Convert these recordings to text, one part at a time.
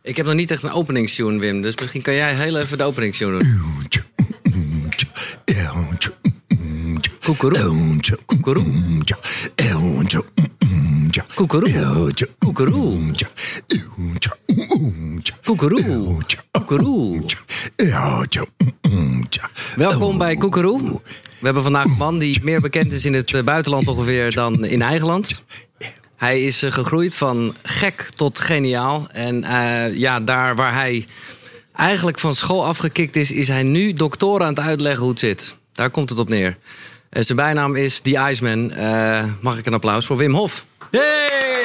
Ik heb nog niet echt een openingstune, Wim. Dus misschien kan jij heel even de openingstune doen. Koekeroe. Koekeroe. Koekeroe. Koekeroe. Koekeroe. Koekeroe. Welkom bij Koekeroe. We hebben vandaag een man die meer bekend is in het buitenland ongeveer dan in eigen land. Hij is gegroeid van gek tot geniaal. En daar waar hij eigenlijk van school afgekikt is hij nu doktoren aan het uitleggen hoe het zit. Daar komt het op neer. Zijn bijnaam is The Iceman. Mag ik een applaus voor Wim Hof? Yay!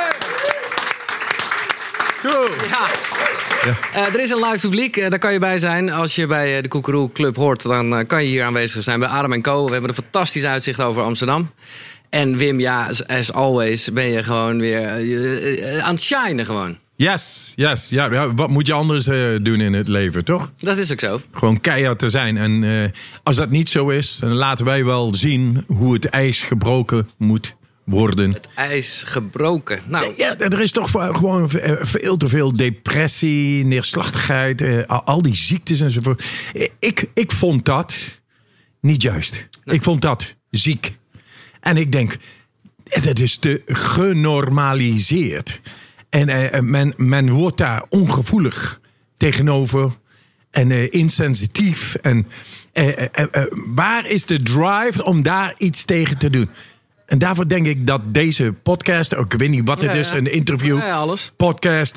Cool. Ja. Er is een live publiek, daar kan je bij zijn. Als je bij de Koekeroe Club hoort, dan kan je hier aanwezig zijn bij Adam & Co. We hebben een fantastisch uitzicht over Amsterdam. En Wim, ja, as always ben je gewoon weer aan het shinen gewoon. Yes. Ja, wat moet je anders doen in het leven, toch? Dat is ook zo. Gewoon keihard te zijn. En als dat niet zo is, dan laten wij wel zien hoe het ijs gebroken moet worden. Het ijs gebroken. Nou. Ja, er is toch gewoon veel te veel depressie, neerslachtigheid, al die ziektes enzovoort. Ik vond dat niet juist. Nee. Ik vond dat ziek. En ik denk, dat is te genormaliseerd. En men wordt daar ongevoelig tegenover en insensitief. En waar is de drive om daar iets tegen te doen? En daarvoor denk ik dat deze podcast, ook ik weet niet wat het is, een interview, alles. Podcast,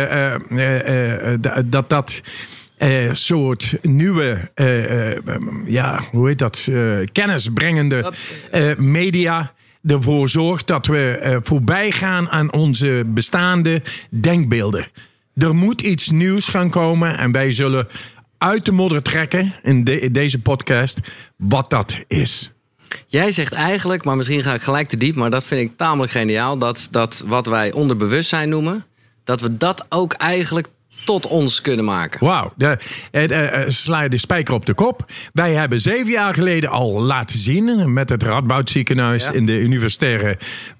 dat soort nieuwe, hoe heet dat, kennisbrengende media ervoor zorgt dat we voorbij gaan aan onze bestaande denkbeelden. Er moet iets nieuws gaan komen en wij zullen uit de modder trekken in deze podcast wat dat is. Jij zegt eigenlijk, maar misschien ga ik gelijk te diep, maar dat vind ik tamelijk geniaal, dat wat wij onderbewustzijn noemen, dat we dat ook eigenlijk tot ons kunnen maken. Wauw, sla je de spijker op de kop. Wij hebben 7 jaar geleden al laten zien met het Radboud Ziekenhuis in de universitaire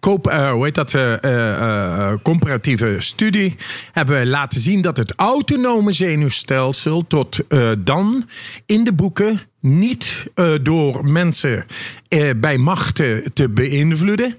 comparatieve studie hebben wij laten zien dat het autonome zenuwstelsel tot dan in de boeken niet door mensen bij machten te beïnvloeden.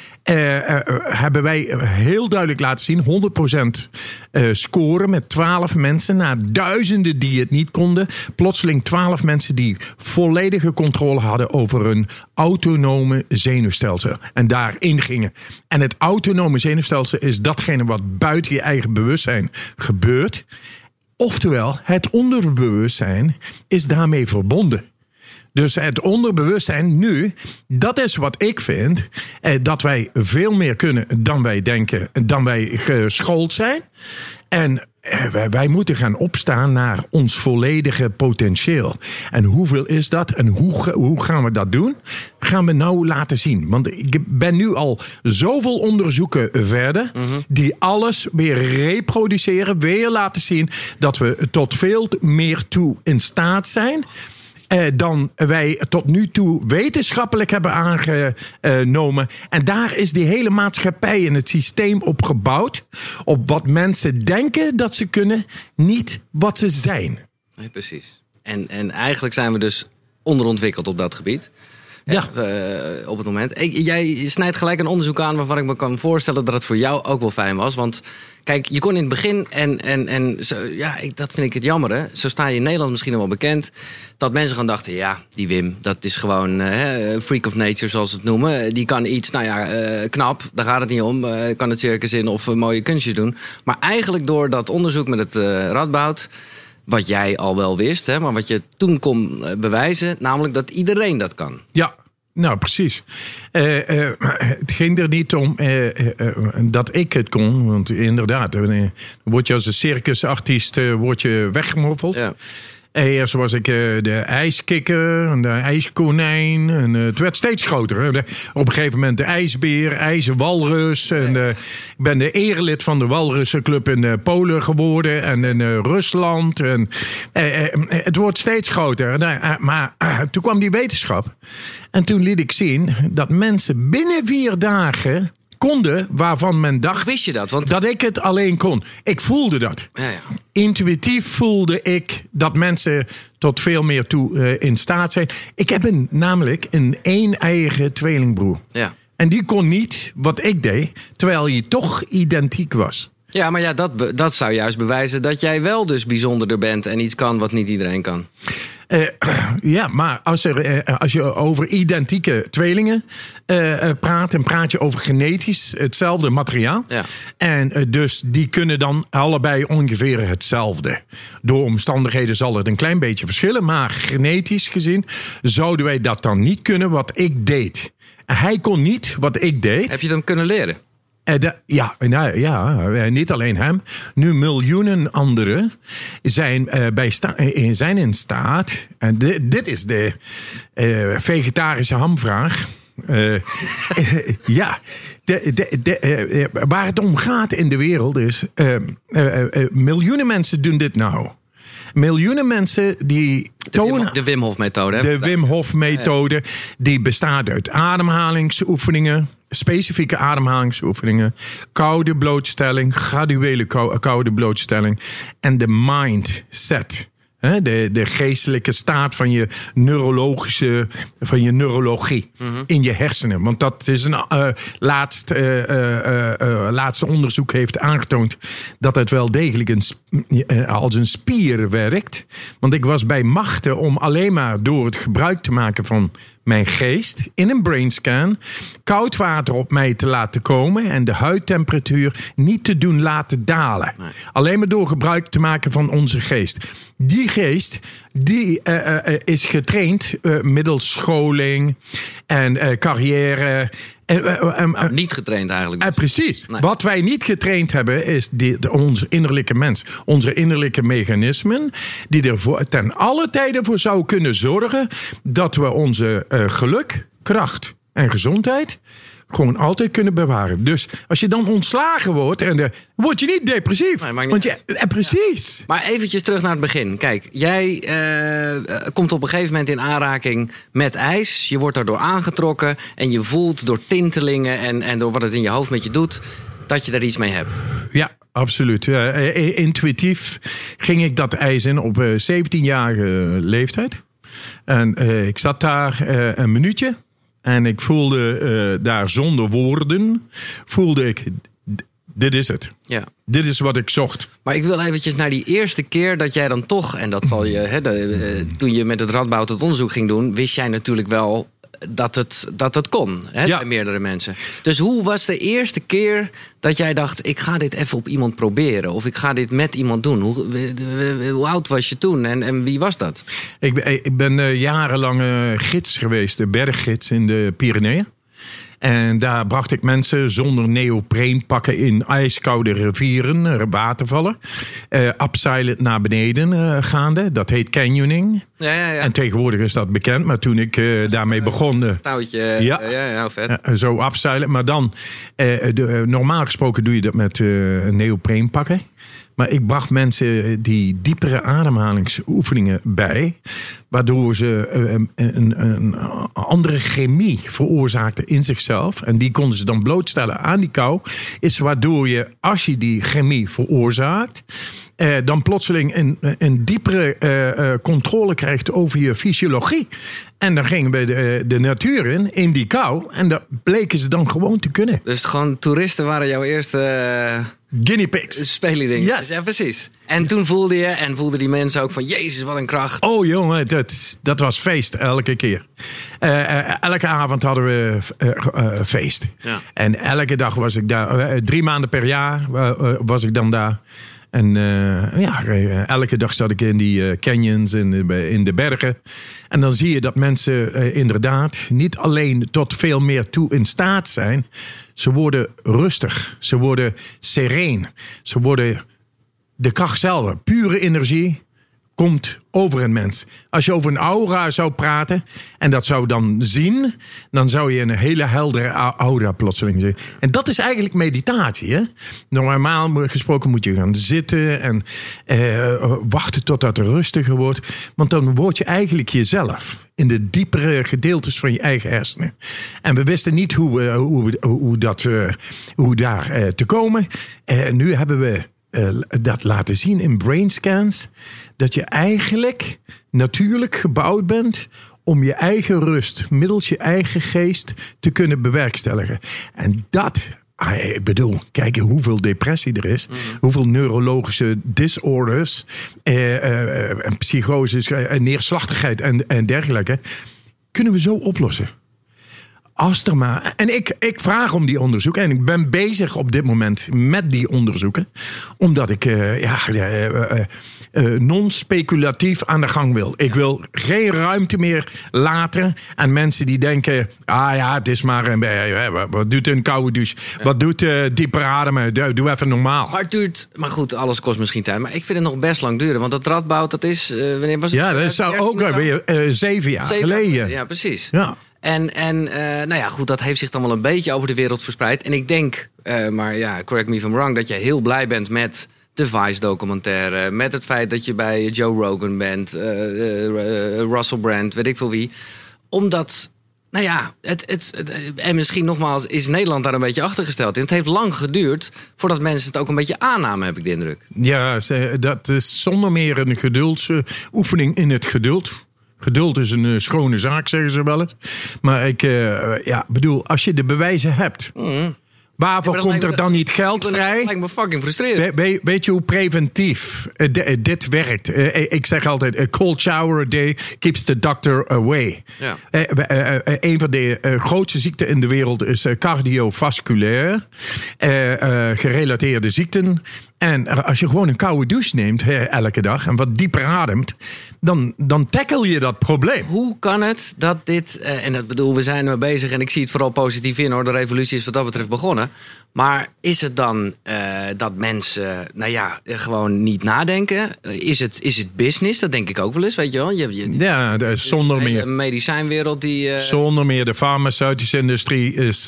Hebben wij heel duidelijk laten zien, 100% scoren met 12 mensen na duizenden die het niet konden. Plotseling 12 mensen die volledige controle hadden over hun autonome zenuwstelsel. En daarin gingen. En het autonome zenuwstelsel is datgene wat buiten je eigen bewustzijn gebeurt. Oftewel, het onderbewustzijn is daarmee verbonden. Dus het onderbewustzijn nu, dat is wat ik vind, dat wij veel meer kunnen dan wij denken, dan wij geschoold zijn. En wij moeten gaan opstaan naar ons volledige potentieel. En hoeveel is dat en hoe gaan we dat doen? Gaan we nou laten zien. Want ik ben nu al zoveel onderzoeken verder, die alles weer reproduceren, weer laten zien dat we tot veel meer toe in staat zijn dan wij tot nu toe wetenschappelijk hebben aangenomen. En daar is die hele maatschappij en het systeem op gebouwd. Op wat mensen denken dat ze kunnen, niet wat ze zijn. Nee, precies. En eigenlijk zijn we dus onderontwikkeld op dat gebied. Ja. Op het moment. Jij snijdt gelijk een onderzoek aan waarvan ik me kan voorstellen dat het voor jou ook wel fijn was. Want kijk, je kon in het begin en zo, dat vind ik het jammer. Hè? Zo sta je in Nederland misschien nog wel bekend. Dat mensen gaan dachten, ja, die Wim, dat is gewoon freak of nature zoals ze het noemen. Die kan iets, knap, daar gaat het niet om. Kan het circus in of mooie kunstjes doen. Maar eigenlijk door dat onderzoek met het Radboud, wat jij al wel wist, hè, maar wat je toen kon bewijzen, namelijk dat iedereen dat kan. Ja, nou precies. Het ging er niet om dat ik het kon, want inderdaad, word je als een circusartiest weggemoffeld. Ja. Eerst was ik de ijskikker en de ijskonijn. En het werd steeds groter. Op een gegeven moment de ijsbeer, ijzerwalrus. En ik ben de erelid van de Walrussenclub in Polen geworden. En in Rusland. En, het wordt steeds groter. Maar toen kwam die wetenschap. En toen liet ik zien dat mensen binnen 4 dagen konden waarvan men dacht Wist je dat? Want... dat ik het alleen kon. Ik voelde dat. Ja. Intuïtief voelde ik dat mensen tot veel meer toe in staat zijn. Ik heb namelijk een een-eigen tweelingbroer. Ja. En die kon niet wat ik deed, terwijl hij toch identiek was. Ja, maar ja, dat zou juist bewijzen dat jij wel dus bijzonderder bent en iets kan wat niet iedereen kan. Ja, maar als je over identieke tweelingen praat, dan praat je over genetisch hetzelfde materiaal. Ja. En dus die kunnen dan allebei ongeveer hetzelfde. Door omstandigheden zal het een klein beetje verschillen, maar genetisch gezien zouden wij dat dan niet kunnen wat ik deed. Hij kon niet wat ik deed. Heb je hem kunnen leren? Niet alleen hem. Nu miljoenen anderen zijn, zijn in staat. En dit is de vegetarische hamvraag. Waar het om gaat in de wereld is... miljoenen mensen doen dit nou. Miljoenen mensen die tonen... De Wim Hof methode. De Wim Hof methode. Die bestaat uit ademhalingsoefeningen. Specifieke ademhalingsoefeningen. Koude blootstelling. Graduele koude blootstelling. En de mindset. De geestelijke staat van je neurologie in je hersenen. Want dat is een laatste onderzoek heeft aangetoond dat het wel degelijk als een spier werkt. Want ik was bij machten om alleen maar door het gebruik te maken van mijn geest in een brainscan koud water op mij te laten komen en de huidtemperatuur niet te doen laten dalen. Nee. Alleen maar door gebruik te maken van onze geest. Die geest die is getraind middels scholing en carrière. Niet getraind eigenlijk. Precies. Nee. Wat wij niet getraind hebben is onze innerlijke mens. Onze innerlijke mechanismen die er ten alle tijden voor zou kunnen zorgen dat we onze geluk, kracht en gezondheid gewoon altijd kunnen bewaren. Dus als je dan ontslagen wordt, word je niet depressief. Nee, niet precies. Ja. Maar eventjes terug naar het begin. Kijk, jij komt op een gegeven moment in aanraking met ijs. Je wordt daardoor aangetrokken en je voelt door tintelingen en door wat het in je hoofd met je doet, dat je er iets mee hebt. Ja. Absoluut. Intuïtief ging ik dat ijs in op 17-jarige leeftijd. En ik zat daar een minuutje. En ik voelde daar zonder woorden, dit is het. Ja. Dit is wat ik zocht. Maar ik wil eventjes naar die eerste keer dat jij dan toch, en dat zal je, toen je met het Radboud het onderzoek ging doen, wist jij natuurlijk wel dat het kon, bij meerdere mensen. Dus hoe was de eerste keer dat jij dacht, ik ga dit even op iemand proberen, of ik ga dit met iemand doen? Hoe oud was je toen en wie was dat? Ik ben jarenlang gids geweest, berggids in de Pyreneeën. En daar bracht ik mensen zonder neopreenpakken in ijskoude rivieren, watervallen. Upsilent naar beneden gaande. Dat heet canyoning. Ja. En tegenwoordig is dat bekend. Maar toen ik daarmee begon... touwtje. Ja, vet. Zo upsilent. Maar dan, normaal gesproken doe je dat met neopreenpakken. Maar ik bracht mensen die diepere ademhalingsoefeningen bij, waardoor ze een andere chemie veroorzaakten in zichzelf. En die konden ze dan blootstellen aan die kou. Is waardoor je, als je die chemie veroorzaakt, dan plotseling een diepere controle krijgt over je fysiologie. En dan gingen we de natuur in die kou. En dat bleken ze dan gewoon te kunnen. Dus gewoon toeristen waren jouw eerste... guinea pigs. Spelending. Yes. Ja, precies. En toen voelden die mensen ook van, Jezus, wat een kracht. Oh jongen, dat was feest elke keer. Elke avond hadden we feest. Ja. En elke dag was ik daar. 3 maanden per jaar was ik dan daar. En elke dag zat ik in die canyons in de bergen. En dan zie je dat mensen inderdaad niet alleen tot veel meer toe in staat zijn. Ze worden rustig. Ze worden sereen. Ze worden de kracht zelf. Pure energie. komt over een mens. Als je over een aura zou praten en dat zou dan zien, dan zou je een hele heldere aura plotseling zien. En dat is eigenlijk meditatie. Hè? Normaal gesproken moet je gaan zitten en wachten totdat het rustiger wordt. Want dan word je eigenlijk jezelf in de diepere gedeeltes van je eigen hersenen. En we wisten niet hoe daar te komen. Nu hebben we dat laten zien in brainscans, dat je eigenlijk natuurlijk gebouwd bent om je eigen rust middels je eigen geest te kunnen bewerkstelligen. En dat, ik bedoel, kijk hoeveel depressie er is, hoeveel neurologische disorders, psychoses, neerslachtigheid en dergelijke, kunnen we zo oplossen. Als er maar. En ik vraag om die onderzoeken. En ik ben bezig op dit moment met die onderzoeken. Omdat ik non-speculatief aan de gang wil. Ik wil geen ruimte meer laten aan mensen die denken, het is maar wat doet een koude douche? Ja. Wat doet dieper ademen? Doe even normaal. Maar goed, alles kost misschien tijd. Maar ik vind het nog best lang duren. Want dat Radboud, dat is, wanneer was het? Ja, dat zou ook weer 7 jaar geleden. Ja, precies. Ja. En goed, dat heeft zich dan wel een beetje over de wereld verspreid. En ik denk, correct me if I'm wrong, dat je heel blij bent met de Vice-documentaire, met het feit dat je bij Joe Rogan bent, Russell Brand, weet ik veel wie. Omdat, en misschien nogmaals, is Nederland daar een beetje achtergesteld in. Het heeft lang geduurd voordat mensen het ook een beetje aannamen, heb ik de indruk. Ja, dat is zonder meer een geduldsoefening in het geduld. Geduld is een schone zaak, zeggen ze wel eens. Maar ik bedoel, als je de bewijzen hebt, waarvoor komt er dan niet geld vrij? Dat lijkt me fucking frustrerend. Weet je hoe preventief dit werkt? Ik zeg altijd, a cold shower a day keeps the doctor away. Ja. Een van de grootste ziekten in de wereld is cardiovasculair gerelateerde ziekten. En als je gewoon een koude douche neemt elke dag en wat dieper ademt, dan tackle je dat probleem. Hoe kan het dat dit, en dat bedoel, we zijn er bezig en ik zie het vooral positief in hoor, de revolutie is wat dat betreft begonnen. Maar is het dan dat mensen, gewoon niet nadenken? Is het business? Dat denk ik ook wel eens, weet je wel. Zonder meer. De medicijnwereld die... Zonder meer, de farmaceutische industrie is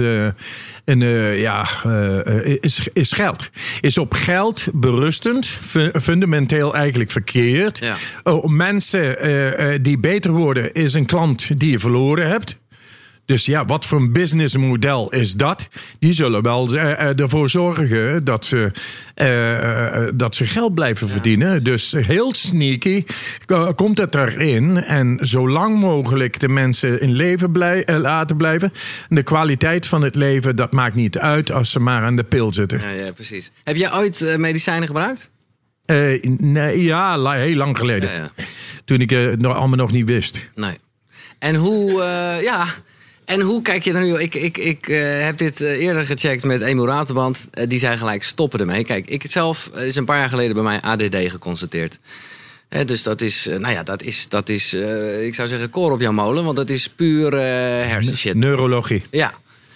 geld. Is op geld berustend, fundamenteel eigenlijk verkeerd. Ja. Mensen die beter worden, is een klant die je verloren hebt. Dus wat voor een businessmodel is dat? Die zullen wel ervoor zorgen dat ze geld blijven verdienen. Dus heel sneaky komt het erin. En zo lang mogelijk de mensen in leven laten blijven. De kwaliteit van het leven, dat maakt niet uit als ze maar aan de pil zitten. Ja, precies. Heb jij ooit medicijnen gebruikt? Heel lang geleden. Ja. Toen ik het allemaal nog niet wist. Nee. En hoe... En hoe kijk je er nu? Ik heb dit eerder gecheckt met Emiel Raterband. Die zei gelijk stoppen ermee. Kijk, ik zelf is een paar jaar geleden bij mij ADD geconstateerd. Dus dat is, ik zou zeggen, koor op jouw molen. Want dat is puur hersenshit. Neurologie. Ja.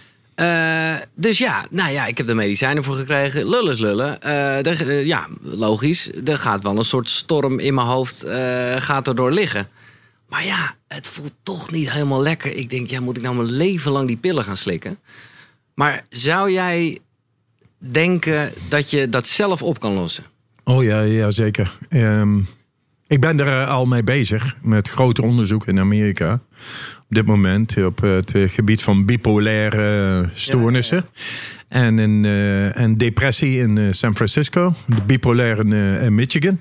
Ik heb er medicijnen voor gekregen. Lullen is lullen. Logisch. Er gaat wel een soort storm in mijn hoofd gaat erdoor liggen. Maar het voelt toch niet helemaal lekker. Ik denk, moet ik nou mijn leven lang die pillen gaan slikken? Maar zou jij denken dat je dat zelf op kan lossen? Oh ja zeker. Ik ben er al mee bezig met grote onderzoek in Amerika. Op dit moment op het gebied van bipolaire stoornissen. Ja. En depressie in San Francisco. De bipolaire in Michigan.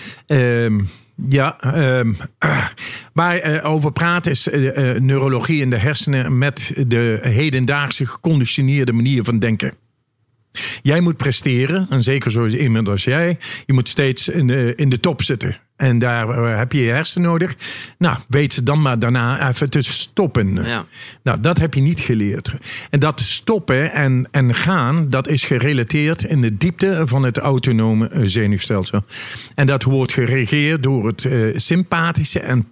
Waar over praat is neurologie in de hersenen met de hedendaagse geconditioneerde manier van denken. Jij moet presteren, en zeker zo iemand als jij. Je moet steeds in de top zitten. En daar heb je hersenen nodig. Nou, weet dan maar daarna even te stoppen. Ja. Nou, dat heb je niet geleerd. En dat stoppen en gaan, dat is gerelateerd in de diepte van het autonome zenuwstelsel. En dat wordt geregeerd door het sympathische en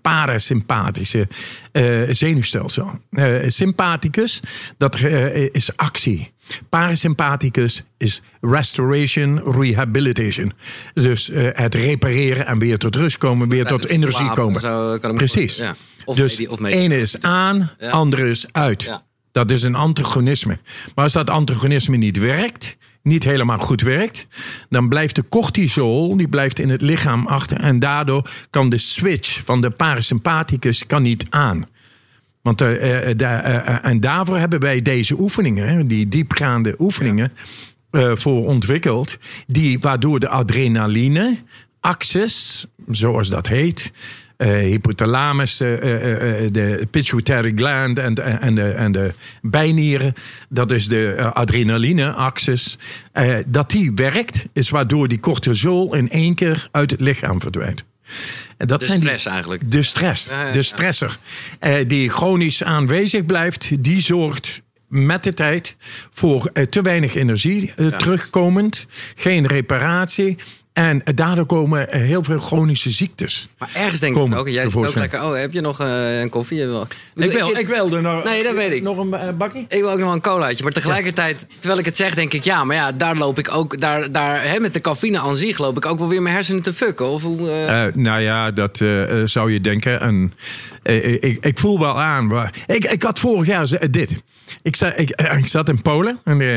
parasympathische zenuwstelsel. Sympathicus, dat is actie. Parasympathicus is restoration, rehabilitation. Dus het repareren en weer tot rust komen, weer tot energie komen. Zo kan ik precies. Ja. Dus ene is aan, andere is uit. Ja. Dat is een antagonisme. Maar als dat antagonisme niet werkt, niet helemaal goed werkt, dan blijft de cortisol, die blijft in het lichaam achter. En daardoor kan de switch van de parasympathicus kan niet aan. Want en daarvoor hebben wij deze oefeningen, die diepgaande oefeningen, voor ontwikkeld. Waardoor de adrenaline axis, zoals dat heet, hypothalamus, de pituitary gland en de bijnieren, dat is de adrenaline-axis, dat die werkt, is waardoor die cortisol in één keer uit het lichaam verdwijnt. En dat de stress eigenlijk. De stress, de stresser. Die chronisch aanwezig blijft, die zorgt met de tijd voor te weinig energie terugkomend, geen reparatie. En daardoor komen heel veel chronische ziektes. Maar ergens denk ik ook, jij zit ook lekker. Oh, heb je nog een koffie? Ik wilde nog. Nee, dat weet ik. Nog een bakkie? Ik wil ook nog een colaatje. Maar tegelijkertijd, terwijl ik het zeg, denk ik, ja, maar ja, daar loop ik ook, met de cafeïne aan zich loop ik ook wel weer mijn hersenen te fucken. Of hoe? Nou ja, dat zou je denken. En ik voel wel aan. Ik had vorig jaar dit. Ik zat in Polen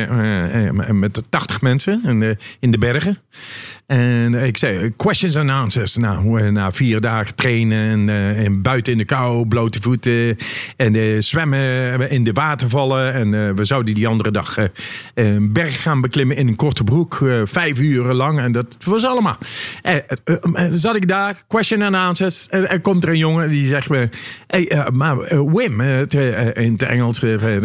met 80 mensen in de bergen. En ik zei, questions and answers. Nou, na 4 dagen trainen en buiten in de kou, blote voeten. En zwemmen in de watervallen. En we zouden die andere dag een berg gaan beklimmen in een korte broek. 5 uur lang. En dat was allemaal. Zat ik daar, question and answers. Er komt er een jongen die zegt me, Wim, in het Engels.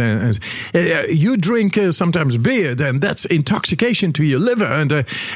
You drink sometimes beer. And that's intoxication to your liver. And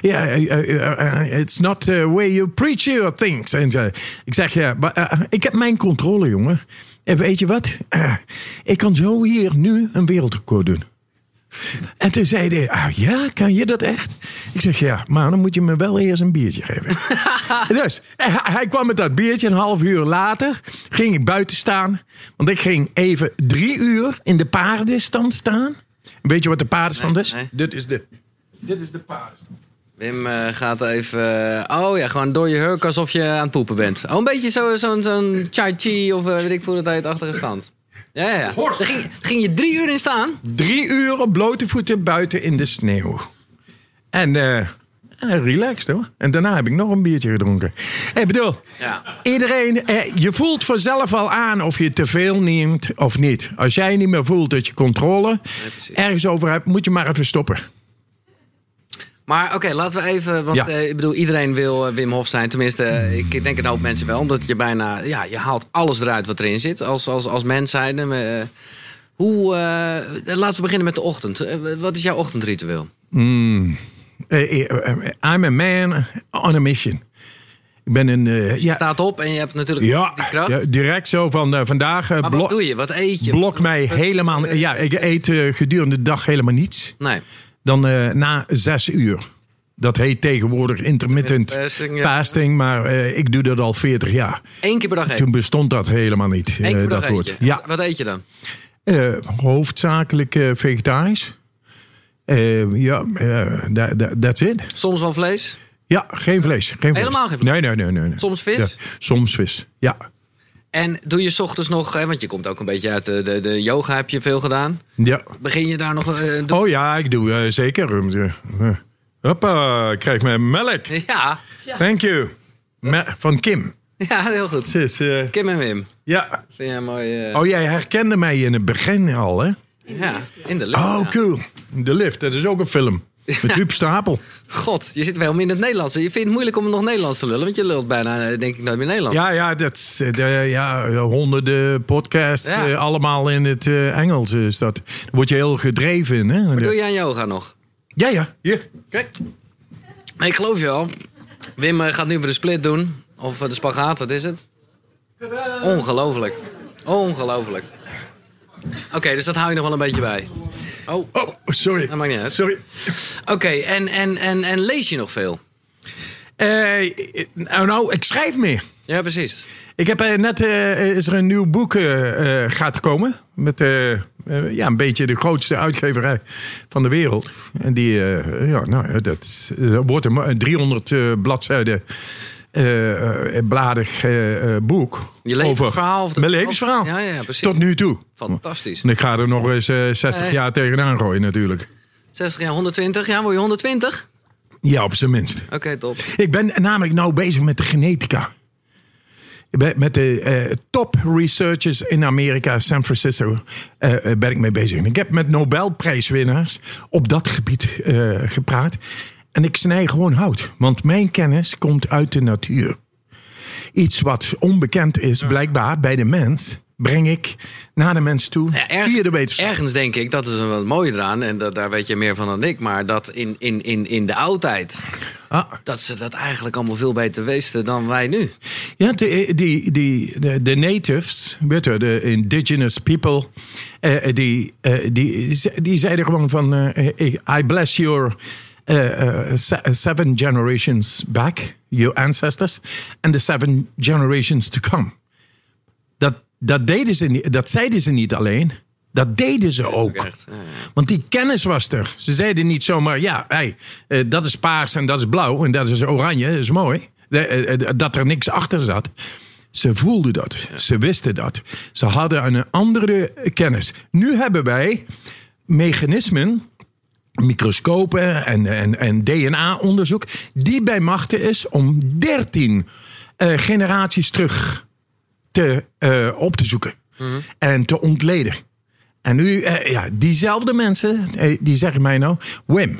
it's not the way you preach your things. En ik zeg, ik heb mijn controle, jongen. En weet je wat? Ik kan zo hier nu een wereldrecord doen. En toen zei hij, ja, kan je dat echt? Ik zeg, ja, maar dan moet je me wel eerst een biertje geven. Dus hij kwam met dat biertje. Een half uur later ging ik buiten staan. Want ik ging even 3 uur in de paardenstand staan. Weet je wat de paardenstand is? Nee. Dit is de paardenstand. Wim gaat even... gewoon door je hurk alsof je aan het poepen bent. Oh, een beetje zo'n chai chi of weet ik hoe dat heet, achtige stand. Ja. Daar ging je 3 uur in staan? 3 uur op blote voeten buiten in de sneeuw. En relaxed hoor. En daarna heb ik nog een biertje gedronken. Ik bedoel, iedereen... je voelt vanzelf al aan of je te veel neemt of niet. Als jij niet meer voelt dat je controle ergens over hebt, moet je maar even stoppen. Maar oké, laten we even... Want ik bedoel, iedereen wil Wim Hof zijn. Tenminste, ik denk een hoop mensen wel. Omdat je bijna... je haalt alles eruit wat erin zit. Als mens zijnde. Laten we beginnen met de ochtend. Wat is jouw ochtendritueel? I'm a man on a mission. Ik ben je staat op en je hebt natuurlijk die kracht. Ja, direct zo van vandaag. Maar wat doe je? Wat eet je? Blok mij helemaal... Ja, ik eet gedurende de dag helemaal niets. Nee. Dan na 6 uur. Dat heet tegenwoordig intermittent fasting. Maar ik doe dat al 40 jaar. 1 keer per dag eten? Toen bestond dat helemaal niet. 1 keer per dag woord. Eet je? Ja. Wat eet je dan? Hoofdzakelijk vegetarisch. That's it. Soms wel vlees? Ja, geen vlees. Helemaal geen vlees? Nee. Soms vis? Ja, soms vis, ja. En doe je 's ochtends nog, want je komt ook een beetje uit de yoga, heb je veel gedaan. Ja. Begin je daar nog... Oh ja, ik doe zeker. Hoppa, ik krijg mijn melk. Ja. Thank you. Van Kim. Ja, heel goed. Kim en Wim. Ja. Vind jij mooi... Oh, jij herkende mij in het begin al, hè? Ja, in de lift. Oh, cool. De Lift, dat is ook een film. Met Huub Stapel. God, je zit wel in het Nederlands. Je vindt het moeilijk om nog Nederlands te lullen. Want je lult bijna, denk ik, nooit meer Nederlands. Ja, dat is honderden podcasts. Allemaal in het Engels is dat. Daar word je heel gedreven in. Hè? Maar doe je aan yoga nog? Ja. Hier, kijk. Nee, ik geloof je al. Wim gaat nu weer de split doen. Of de spagaat, wat is het? Tadaa. Ongelooflijk. Oké, dus dat hou je nog wel een beetje bij. Oh, sorry. Dat maakt niet uit. Sorry. Oké, en lees je nog veel? Ik schrijf meer. Ja, precies. Ik heb net is er een nieuw boek gaat komen. Met een beetje de grootste uitgeverij van de wereld. En die, dat wordt een 300 bladzijden bladig boek. Je levensverhaal? Mijn levensverhaal. Ja, precies. Tot nu toe. Fantastisch. En ik ga er nog eens 60 jaar tegenaan gooien natuurlijk. 60 jaar, 120 jaar, word je 120? Ja, op zijn minst. Oké, top. Ik ben namelijk nou bezig met de genetica. Met de top researchers in Amerika, San Francisco, ben ik mee bezig. En ik heb met Nobelprijswinnaars op dat gebied gepraat. En ik snij gewoon hout. Want mijn kennis komt uit de natuur. Iets wat onbekend is, blijkbaar, bij de mens, breng ik naar de mens toe. Ja, via de wetenschap. Ergens denk ik, dat is een wat mooie eraan. En daar weet je meer van dan ik. Maar dat in de oudheid... dat ze dat eigenlijk allemaal veel beter wisten dan wij nu. Ja, de natives, weet je, de indigenous people... die zeiden gewoon van... I bless your 7 generations back, your ancestors... and the 7 generations to come. Dat deden ze niet, dat zeiden ze niet alleen... Dat deden ze ook. Echt, ja. Want die kennis was er. Ze zeiden niet zomaar, dat is paars en dat is blauw en dat is oranje, dat is mooi. Dat er niks achter zat. Ze voelden dat. Ja. Ze wisten dat. Ze hadden een andere kennis. Nu hebben wij mechanismen, microscopen en DNA-onderzoek... die bij machten is om 13 generaties terug op te zoeken. Mm-hmm. En te ontleden. En nu, diezelfde mensen, die zeggen mij nou... Wim,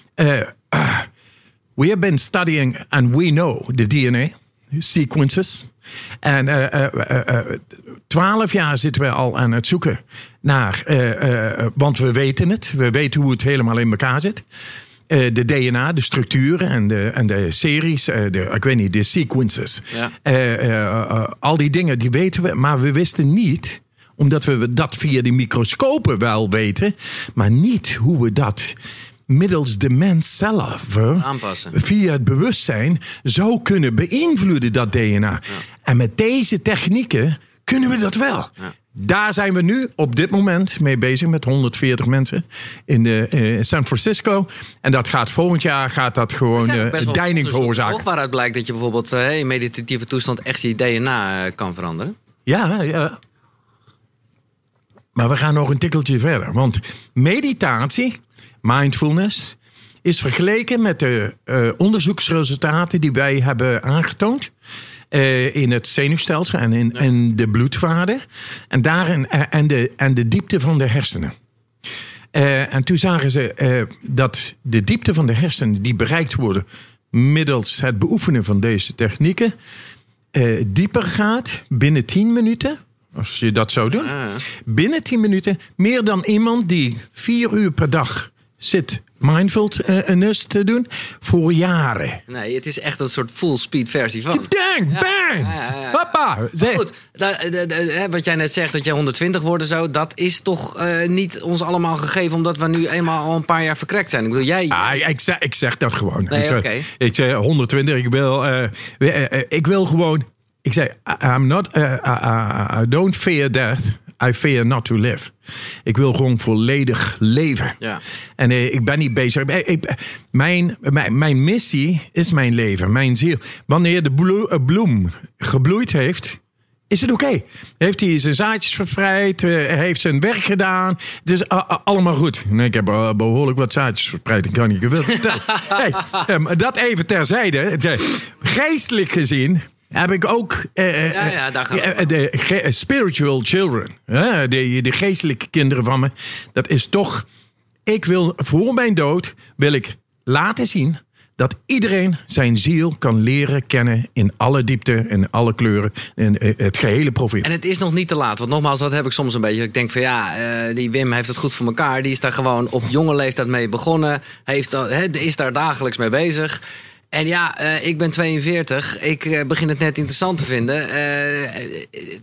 we have been studying and we know the DNA sequences. En 12 jaar zitten we al aan het zoeken naar... want we weten het. We weten hoe het helemaal in elkaar zit. De DNA, de structuren en de series, de sequences. Ja. Al die dingen, die weten we. Maar we wisten niet... Omdat we dat via die microscopen wel weten. Maar niet hoe we dat middels de mens zelf... aanpassen. Via het bewustzijn zou kunnen beïnvloeden, dat DNA. Ja. En met deze technieken kunnen we dat wel. Ja. Daar zijn we nu op dit moment mee bezig met 140 mensen in San Francisco. En dat gaat volgend jaar gewoon deining veroorzaken. Waaruit blijkt dat je bijvoorbeeld in meditatieve toestand echt je DNA kan veranderen? Ja. Maar we gaan nog een tikkeltje verder. Want meditatie, mindfulness, is vergeleken met de onderzoeksresultaten die wij hebben aangetoond. In het zenuwstelsel en de bloedvaten. En daarin en de diepte van de hersenen. En toen zagen ze dat de diepte van de hersenen die bereikt worden middels het beoefenen van deze technieken dieper gaat binnen 10 minuten. Als je dat zou doen. Binnen 10 minuten meer dan iemand die 4 uur per dag zit mindfulness te doen voor jaren. Nee, het is echt een soort full speed versie van. Bang, bang! Ja. Hoppa! Goed, wat jij net zegt, dat jij 120 wordt en zo... dat is toch niet ons allemaal gegeven... omdat we nu eenmaal al een paar jaar verkrekt zijn. Ik bedoel, ik zeg dat gewoon. Nee, ik zeg 120, ik wil gewoon... Ik zei, I don't fear death. I fear not to live. Ik wil gewoon volledig leven. Ja. En ik ben niet bezig. Mijn missie is mijn leven, mijn ziel. Wanneer de bloem gebloeid heeft, is het oké. Heeft hij zijn zaadjes verspreid, heeft zijn werk gedaan. Het is allemaal goed. Nee, ik heb behoorlijk wat zaadjes verspreid. Dat kan ik je wel vertellen. Dat even terzijde. Geestelijk gezien... heb ik ook de spiritual children. De geestelijke kinderen van me. Dat is toch... Ik wil voor mijn dood wil ik laten zien... dat iedereen zijn ziel kan leren kennen... in alle diepte en alle kleuren. En het gehele profiel. En het is nog niet te laat. Want nogmaals, dat heb ik soms een beetje. Ik denk van die Wim heeft het goed voor elkaar. Die is daar gewoon op jonge leeftijd mee begonnen. Is daar dagelijks mee bezig... En ik ben 42. Ik begin het net interessant te vinden.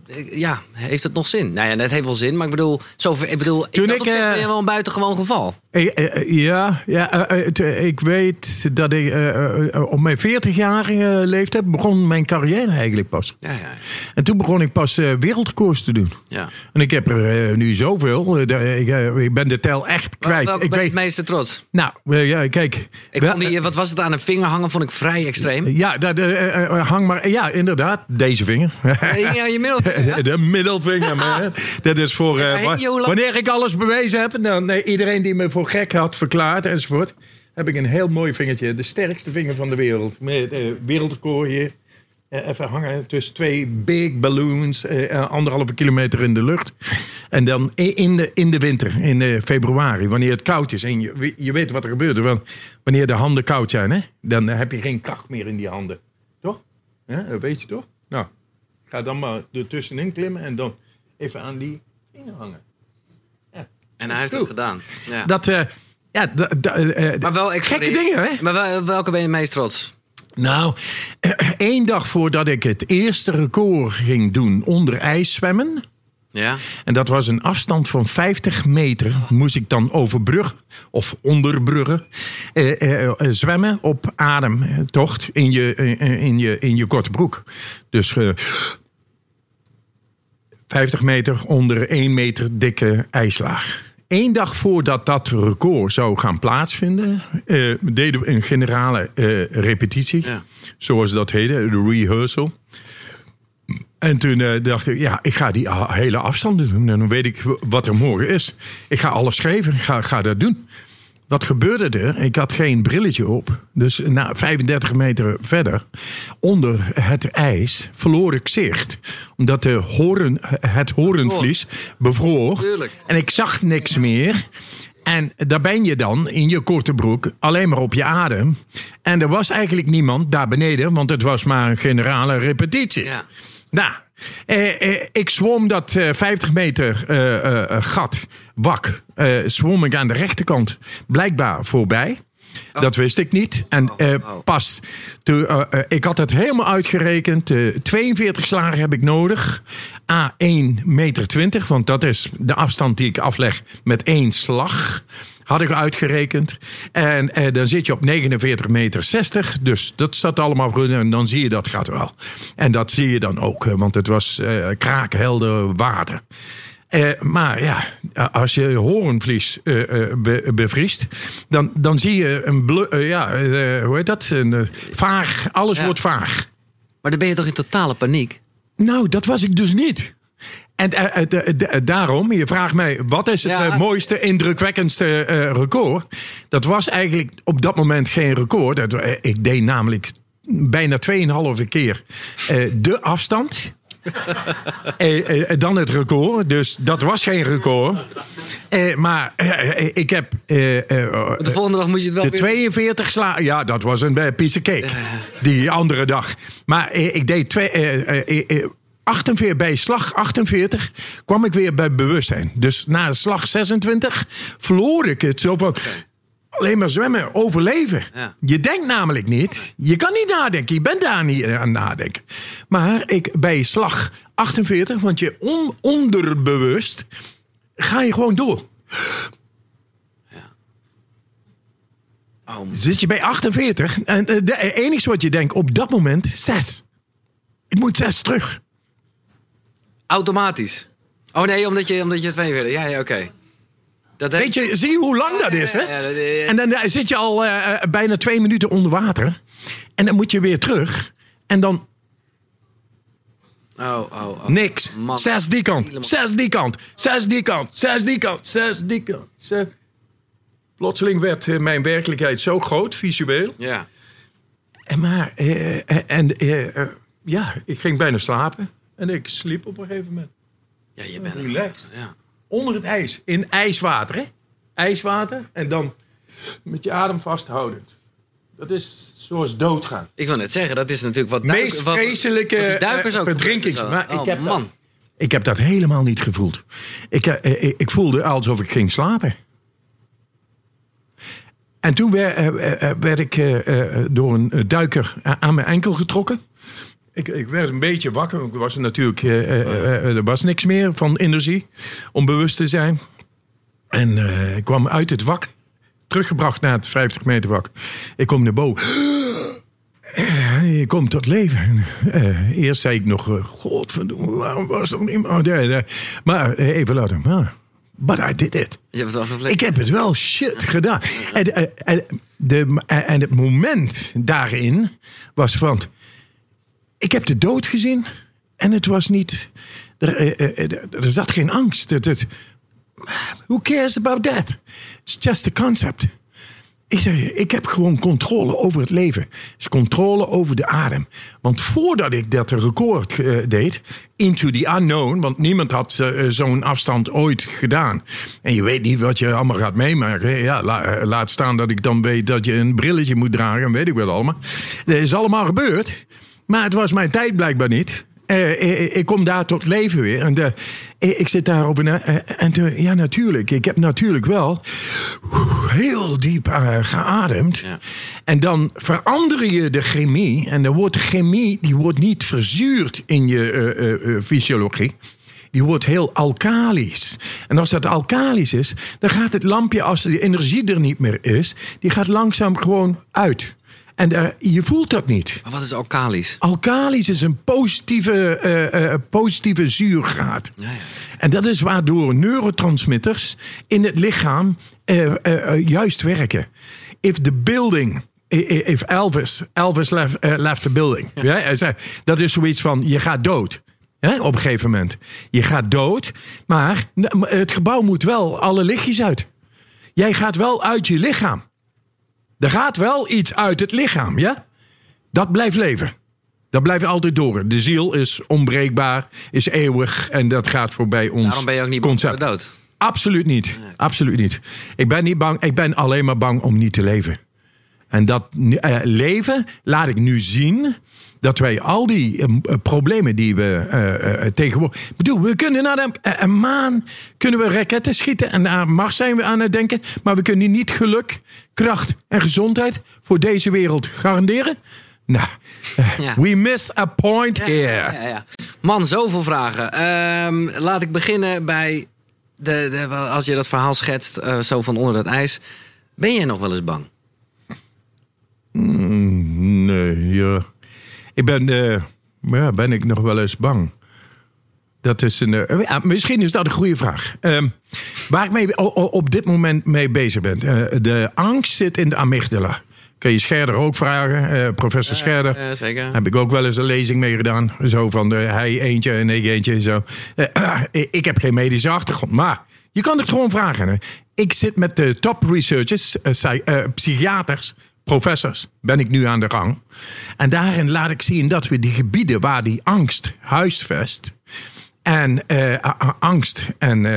Heeft het nog zin? Nou ja, het heeft wel zin. Maar ik bedoel, ben je wel een buitengewoon geval. Ik weet dat ik op mijn 40-jarige leeftijd begon mijn carrière eigenlijk pas. Ja. En toen begon ik pas wereldrecords te doen. Ja. En ik heb er nu zoveel. Ik ben de tel echt kwijt. Welke ben je het meeste trots? Nou, kijk. Wat was het aan een vinger hangen? Vond ik vrij extreem. Ja, hang maar. Ja, inderdaad. Deze vinger. Ja, je middelvinger. De middelvinger, man. Dat is voor wanneer ik alles bewezen heb. Dan iedereen die me voor gek had verklaard enzovoort. Heb ik een heel mooi vingertje. De sterkste vinger van de wereld. Met wereldrecord hier. Even hangen tussen 2 big balloons. 1,5 kilometer in de lucht. En dan in de winter, in februari, wanneer het koud is. En je weet wat er gebeurt. Wanneer de handen koud zijn, hè, dan heb je geen kracht meer in die handen. Toch? Ja, dat weet je toch? Nou, ga dan maar ertussenin klimmen. En dan even aan die vinger hangen. Ja, en hij heeft het gedaan. Ja. Maar wel gekke dingen, hè? Maar welke ben je meest trots? Nou, 1 dag voordat ik het eerste record ging doen onder ijs zwemmen. Ja. En dat was een afstand van 50 meter. Moest ik dan overbruggen of onderbruggen. Zwemmen op ademtocht in je korte broek. Dus 50 meter onder 1 meter dikke ijslaag. 1 dag voordat dat record zou gaan plaatsvinden, deden we een generale repetitie. Ja. Zoals dat heette, de rehearsal. En toen dacht ik, ik ga die hele afstand doen. En dan weet ik wat er morgen is. Ik ga alles schrijven, ga dat doen. Wat gebeurde er? Ik had geen brilletje op. Dus na 35 meter verder, onder het ijs, verloor ik zicht. Omdat het horenvlies bevroor. Tuurlijk. En ik zag niks meer. En daar ben je dan, in je korte broek, alleen maar op je adem. En er was eigenlijk niemand daar beneden, want het was maar een generale repetitie. Ja. Nou, ik zwom dat 50 meter wak, zwom ik aan de rechterkant blijkbaar voorbij. Oh. Dat wist ik niet. En pas, ik had het helemaal uitgerekend. 42 slagen heb ik nodig. A1,20 meter, want dat is de afstand die ik afleg met 1 slag. Had ik uitgerekend. En dan zit je op 49,60 meter. Dus dat staat allemaal goed. En dan zie je dat gaat wel. En dat zie je dan ook. Want het was kraakhelder water. Maar ja, als je horenvlies bevriest, dan zie je hoe heet dat? Vaag. Alles wordt vaag. Maar dan ben je toch in totale paniek? Nou, dat was ik dus niet. En daarom, je vraagt mij, wat is het mooiste, indrukwekkendste record? Dat was eigenlijk op dat moment geen record. Ik deed namelijk bijna 2,5 keer de afstand. Dan het record. Dus dat was geen record. Maar ik heb... de volgende dag moet je het wel de 42 slagen. Ja, dat was een piece of cake. Die andere dag. Maar ik deed 48, bij slag 48 kwam ik weer bij bewustzijn. Dus na slag 26 verloor ik het zo van... Alleen maar zwemmen, overleven. Ja. Je denkt namelijk niet. Je kan niet nadenken. Je bent daar niet aan nadenken. Maar bij slag 48, want je onderbewust, ga je gewoon door. Ja. Zit je bij 48 en het enige wat je denkt op dat moment, 6. Ik moet 6 terug. Automatisch. Oh nee, omdat je 42. Ja, oké. Weet je, zie je hoe lang dat is, hè? En dan zit je al bijna 2 minuten onder water. En dan moet je weer terug. En dan... Niks. Man. 6 die kant. 6 die kant. 6 die kant. 6 die kant. 6 die kant. Plotseling werd mijn werkelijkheid zo groot, visueel. Ja. Ik ging bijna slapen. En ik sliep op een gegeven moment. Ja, je bent relaxed. Ja. Onder het ijs. In ijswater, hè? Ijswater. En dan met je adem vasthoudend. Dat is zoals doodgaan. Ik wil net zeggen, dat is natuurlijk wat... meest vreselijke verdrinking. Maar ik heb dat helemaal niet gevoeld. Ik voelde alsof ik ging slapen. En toen werd ik door een duiker aan mijn enkel getrokken. Ik werd een beetje wakker. Ik was natuurlijk, er was niks meer van energie om bewust te zijn. En ik kwam uit het wak. teruggebracht naar het 50 meter vak. Ik kom naar boven. Je komt tot leven. Eerst zei ik nog, godverdomme, waarom was dat niet? Maar even later, but I did it. Je hebt het wel ik heb het wel shit gedaan. En het moment daarin was van, ik heb de dood gezien en het was niet, er zat geen angst. Who cares about that? It's just a concept. Ik zeg, ik heb gewoon controle over het leven. Dus controle over de adem. Want voordat ik dat record deed, Into the Unknown, want niemand had zo'n afstand ooit gedaan. En je weet niet wat je allemaal gaat meemaken. Ja, laat staan dat ik dan weet dat je een brilletje moet dragen, weet ik wel allemaal. Dat is allemaal gebeurd. Maar het was mijn tijd blijkbaar niet. Ik kom daar tot leven weer. En ik zit daarover na. Ja, natuurlijk. Ik heb natuurlijk wel heel diep geademd. Ja. En dan verander je de chemie. En dan wordt de chemie die wordt niet verzuurd in je fysiologie. Die wordt heel alkalisch. En als dat alkalisch is, dan gaat het lampje, als de energie er niet meer is, die gaat langzaam gewoon uit. En je voelt dat niet. Maar wat is alkalisch? Alkalisch is een positieve zuurgraad. Ja. En dat is waardoor neurotransmitters in het lichaam juist werken. If Elvis left the building. Ja. Ja, dat is zoiets van, je gaat dood. Ja, op een gegeven moment. Je gaat dood, maar het gebouw moet wel alle lichtjes uit. Jij gaat wel uit je lichaam. Er gaat wel iets uit het lichaam, ja? Dat blijft leven. Dat blijft altijd door. De ziel is onbreekbaar, is eeuwig en dat gaat voorbij ons. Daarom ben je ook niet bang voor de dood? Absoluut niet. Nee. Absoluut niet. Ik ben niet bang. Ik ben alleen maar bang om niet te leven. En dat leven laat ik nu zien, dat wij al die problemen die we tegenwoordig... Ik bedoel, we kunnen naar de maan kunnen we raketten schieten en naar Mars zijn we aan het denken, maar we kunnen niet geluk, kracht en gezondheid voor deze wereld garanderen. Nou, we miss a point here. Ja. Man, zoveel vragen. Laat ik beginnen bij als je dat verhaal schetst, zo van onder dat ijs. Ben jij nog wel eens bang? Nee, ja. Ben ik nog wel eens bang? Dat is misschien is dat een goede vraag. Waar ik mee op dit moment mee bezig ben. De angst zit in de amygdala. Kun je Scherder ook vragen. Professor Scherder. Zeker. Heb ik ook wel eens een lezing mee gedaan. Zo van hij eentje en ik eentje. Zo. Ik heb geen medische achtergrond. Maar je kan het gewoon vragen. Hè. Ik zit met de top researchers. Psychiaters. Professors ben ik nu aan de gang. En daarin laat ik zien dat we die gebieden waar die angst huisvest. En angst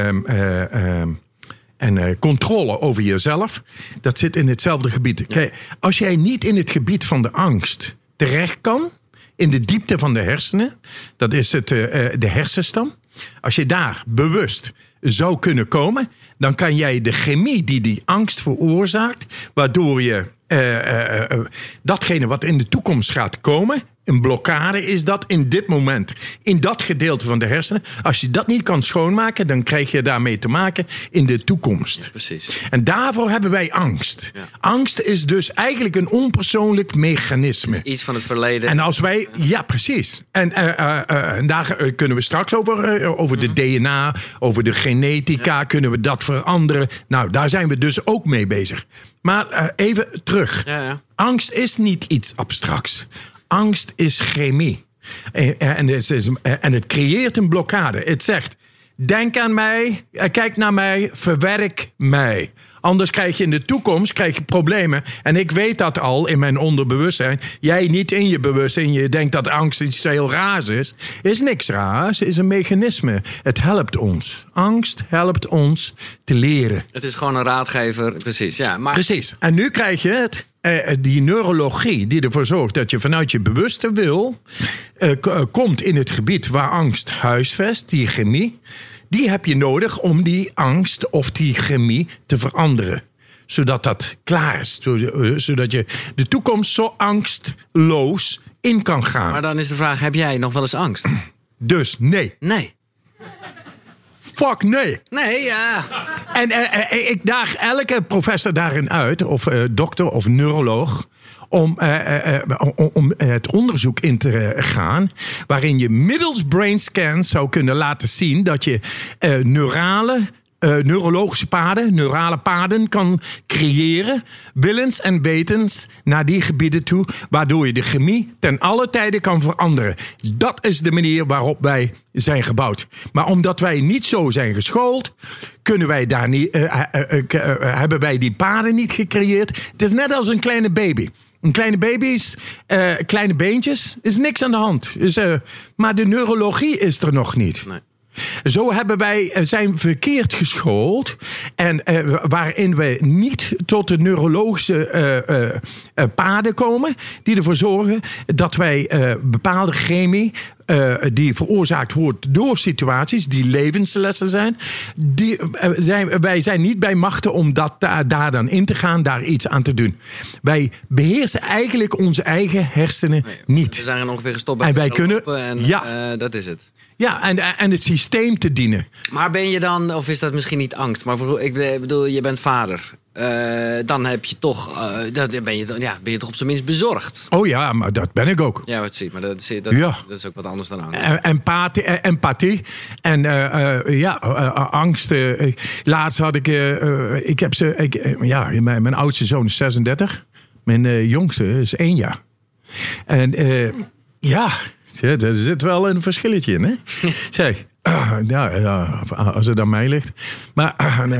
en controle over jezelf. Dat zit in hetzelfde gebied. Kijk, als jij niet in het gebied van de angst terecht kan. In de diepte van de hersenen. Dat is de hersenstam. Als je daar bewust zou kunnen komen. Dan kan jij de chemie die angst veroorzaakt. Waardoor je datgene wat in de toekomst gaat komen. Een blokkade is dat in dit moment. In dat gedeelte van de hersenen. Als je dat niet kan schoonmaken, dan krijg je daarmee te maken in de toekomst. Ja, precies. En daarvoor hebben wij angst. Ja. Angst is dus eigenlijk een onpersoonlijk mechanisme. Iets van het verleden. En als wij... Ja, precies. En daar kunnen we straks over de DNA, over de genetica, kunnen we dat veranderen. Nou, daar zijn we dus ook mee bezig. Maar even terug. Ja. Angst is niet iets abstracts. Angst is chemie. En het creëert een blokkade. Het zegt, denk aan mij, kijk naar mij, verwerk mij. Anders krijg je in de toekomst problemen. En ik weet dat al in mijn onderbewustzijn. Jij niet in je bewustzijn. Je denkt dat angst iets heel raars is. Is niks raars. Is een mechanisme. Het helpt ons. Angst helpt ons te leren. Het is gewoon een raadgever. Precies. Ja, maar... Precies. En nu krijg je het. Die neurologie die ervoor zorgt dat je vanuit je bewuste wil komt in het gebied waar angst huisvest, die chemie. Die heb je nodig om die angst of die chemie te veranderen. Zodat dat klaar is. Zodat je de toekomst zo angstloos in kan gaan. Maar dan is de vraag, heb jij nog wel eens angst? Dus nee. Nee. fuck nee. Nee, ja. En ik daag elke professor daarin uit, of dokter of neuroloog, om het onderzoek in te gaan, waarin je middels brain scans zou kunnen laten zien dat je neurologische paden, neurale paden kan creëren, willens en wetens naar die gebieden toe, waardoor je de chemie ten alle tijde kan veranderen. Dat is de manier waarop wij zijn gebouwd. Maar omdat wij niet zo zijn geschoold, kunnen wij daar niet, hebben wij die paden niet gecreëerd. Het is net als een kleine baby. Een kleine baby is kleine beentjes, is niks aan de hand. Maar de neurologie is er nog niet. Nee. Zo zijn verkeerd geschoold. En waarin we niet tot de neurologische paden komen. Die ervoor zorgen dat wij bepaalde chemie, die veroorzaakt wordt door situaties die levenslessen zijn. Wij zijn niet bij machten om daar dan in te gaan, daar iets aan te doen. Wij beheersen eigenlijk onze eigen hersenen niet. We zijn er ongeveer gestopt bij en wij kunnen. Dat is het. Ja, en het systeem te dienen. Maar ben je dan, of is dat misschien niet angst? Maar ik bedoel, je bent vader. Dan heb je toch, ben je toch op zijn minst bezorgd. Oh ja, maar dat ben ik ook. Ja, wat zie je, maar dat is ook wat anders dan angst. Empathie en angst. Laatst had mijn oudste zoon is 36. Mijn jongste is 1 jaar. En er zit wel een verschilletje in, hè? Zeg, als het aan mij ligt. Maar,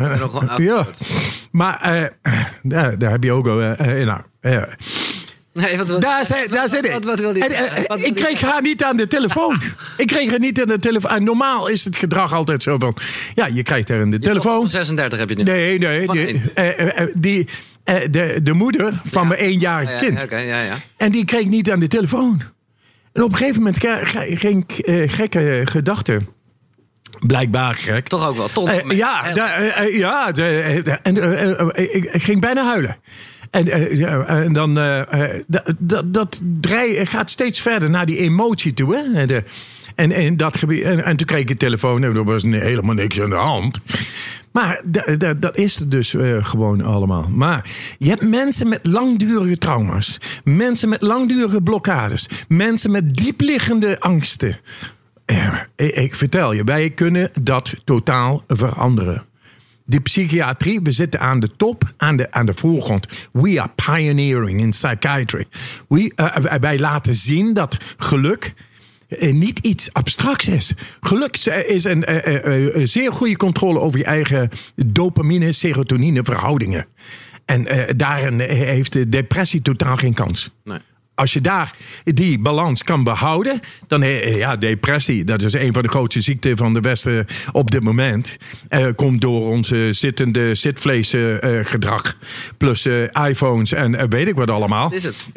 daar heb je ook al. Nee, daar zit ik. Wat wil die? Ik kreeg haar niet aan de telefoon. En normaal is het gedrag altijd zo van, ja, je krijgt haar aan de telefoon. 36 heb je nu. Nee. De moeder van mijn 1-jarig kind. Ja. En die kreeg niet aan de telefoon. En op een gegeven moment ging gekke gedachten. Blijkbaar gek. Toch ook wel. Ik ging bijna huilen. En dan dat gaat steeds verder naar die emotie toe. Hè? En dat gebied. En toen kreeg ik een telefoon en er was helemaal niks aan de hand. Maar dat is er dus gewoon allemaal. Maar je hebt mensen met langdurige trauma's. Mensen met langdurige blokkades. Mensen met diepliggende angsten. Ik vertel je, wij kunnen dat totaal veranderen. De psychiatrie, we zitten aan de top, aan de voorgrond. We are pioneering in psychiatry. Wij laten zien dat geluk niet iets abstracts is. Geluk is een zeer goede controle over je eigen dopamine, serotonine verhoudingen. En daarin heeft de depressie totaal geen kans. Nee. Als je daar die balans kan behouden, dan depressie, dat is een van de grootste ziekten van de Westen op dit moment. Komt door onze zitvleesgedrag. Plus iPhones en weet ik wat allemaal. Is het?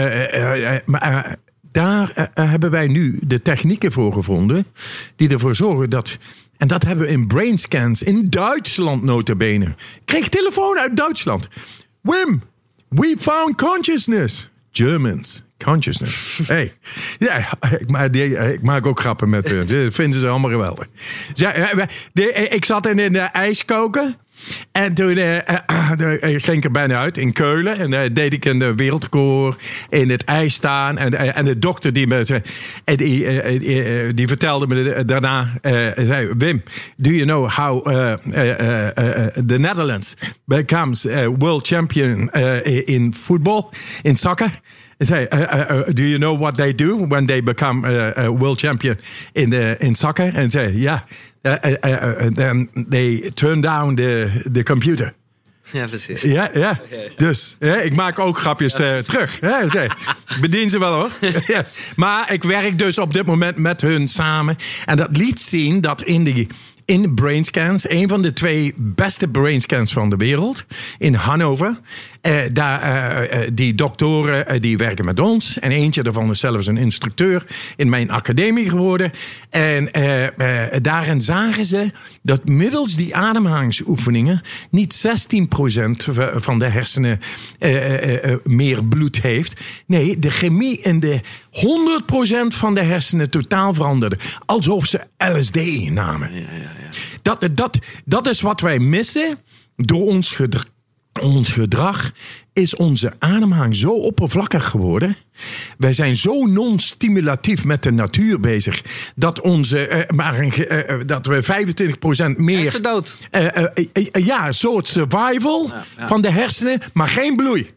Daar hebben wij nu de technieken voor gevonden die ervoor zorgen dat. En dat hebben we in brain scans in Duitsland nota bene. Ik kreeg telefoon uit Duitsland. Wim, we found consciousness. Germans, consciousness. Hey, ik maak ook grappen met hun. Dat vinden ze allemaal geweldig. Ik zat in een ijskoker. En toen ging ik er bijna uit in Keulen. En deed ik een wereldrecord in het ijs staan. En de dokter die me zei, die vertelde me daarna. Zei, Wim, do you know how the Netherlands becomes world champion in football, in soccer? Hij zei, do you know what they do when they become world champion in soccer? En zei, ja. Then they turn down the computer. Ja, precies. Ja. Dus ik maak ook grapjes terug. Bedien ze wel hoor. Maar ik werk dus op dit moment met hun samen. En dat liet zien dat in brain scans, een van de 2 beste brain scans van de wereld, in Hannover. Die doktoren die werken met ons. En eentje daarvan is zelfs een instructeur in mijn academie geworden. En daarin zagen ze dat middels die ademhalingsoefeningen niet 16% van de hersenen meer bloed heeft. Nee, de chemie in de 100% van de hersenen totaal veranderde. Alsof ze LSD namen. Ja. Dat is wat wij missen door ons gedrag. Is onze ademhaling zo oppervlakkig geworden. Wij zijn zo non-stimulatief met de natuur bezig. Dat dat we 25% meer. Hersendood. Een soort survival van de hersenen, maar geen bloei.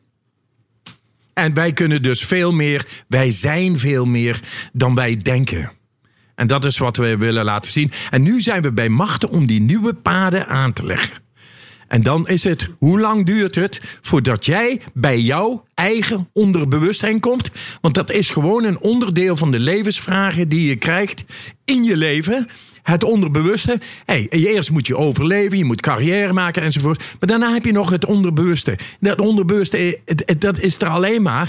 En wij kunnen dus veel meer. Wij zijn veel meer dan wij denken. En dat is wat we willen laten zien. En nu zijn we bij machten om die nieuwe paden aan te leggen. En dan is het, hoe lang duurt het voordat jij bij jouw eigen onderbewustzijn komt? Want dat is gewoon een onderdeel van de levensvragen die je krijgt in je leven. Het onderbewuste. Eerst moet je overleven, je moet carrière maken enzovoort. Maar daarna heb je nog het onderbewuste. Dat onderbewuste, dat is er alleen maar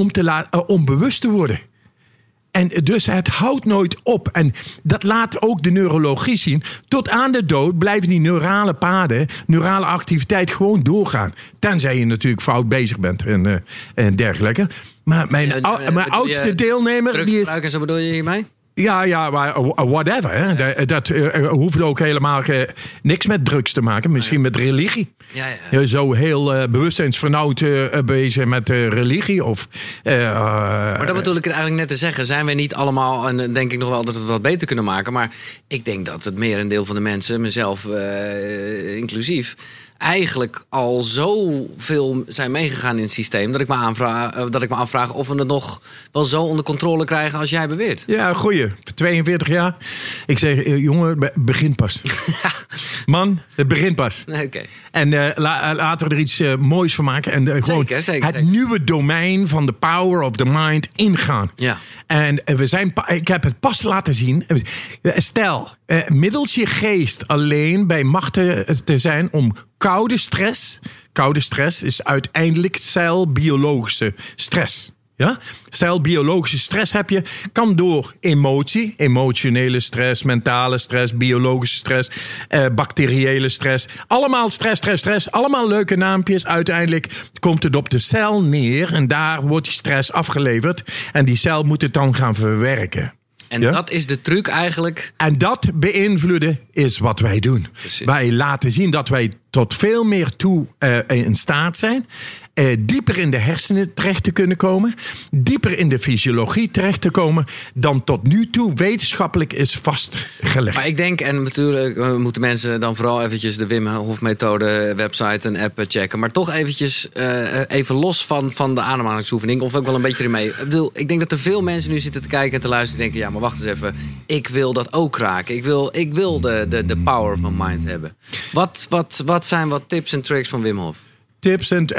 om bewust te worden. En dus het houdt nooit op. En dat laat ook de neurologie zien. Tot aan de dood blijven die neurale paden, neurale activiteit gewoon doorgaan. Tenzij je natuurlijk fout bezig bent en dergelijke. Maar mijn oudste deelnemer... die is. En zo bedoel je hiermee? Ja, maar whatever. Hè. Dat hoeft ook helemaal niks met drugs te maken. Misschien met religie. Ja. Zo heel bewustzijnsvernauwd bezig met religie. Maar dat bedoel ik eigenlijk net te zeggen. Zijn wij niet allemaal, en denk ik nog wel dat we het wat beter kunnen maken. Maar ik denk dat het merendeel van de mensen, mezelf inclusief, eigenlijk al zoveel zijn meegegaan in het systeem dat ik me afvraag of we het nog wel zo onder controle krijgen als jij beweert. Ja, goeie. 42 jaar. Ik zeg, jongen, het begint pas. Man, het begint pas. Okay. En laten we er iets moois van maken. En gewoon zeker. Nieuwe domein van de power of the mind ingaan. Ja. En ik heb het pas laten zien. Stel, middels je geest alleen bij machten te zijn om koude stress. Koude stress is uiteindelijk celbiologische stress. Ja? Celbiologische stress kan door emotionele stress, mentale stress, biologische stress, bacteriële stress. Allemaal stress. Allemaal leuke naampjes. Uiteindelijk komt het op de cel neer en daar wordt die stress afgeleverd. En die cel moet het dan gaan verwerken. En dat is de truc eigenlijk. En dat beïnvloeden is wat wij doen. Precies. Wij laten zien dat wij tot veel meer toe in staat zijn. Dieper in de hersenen terecht te kunnen komen. Dieper in de fysiologie terecht te komen. Dan tot nu toe wetenschappelijk is vastgelegd. Maar ik denk, en natuurlijk moeten mensen dan vooral eventjes de Wim Hof methode website en app checken. Maar toch eventjes even los van de ademhalingsoefening. Of ook wel een beetje ermee. Ik denk dat er veel mensen nu zitten te kijken en te luisteren. En denken, ja, maar wacht eens even. Ik wil dat ook raken. Ik wil de power of my mind hebben. Wat zijn wat tips en tricks van Wim Hof? Tips en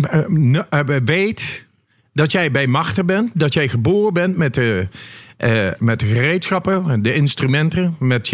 weet dat jij bij machten bent. Dat jij geboren bent met de gereedschappen, de instrumenten, met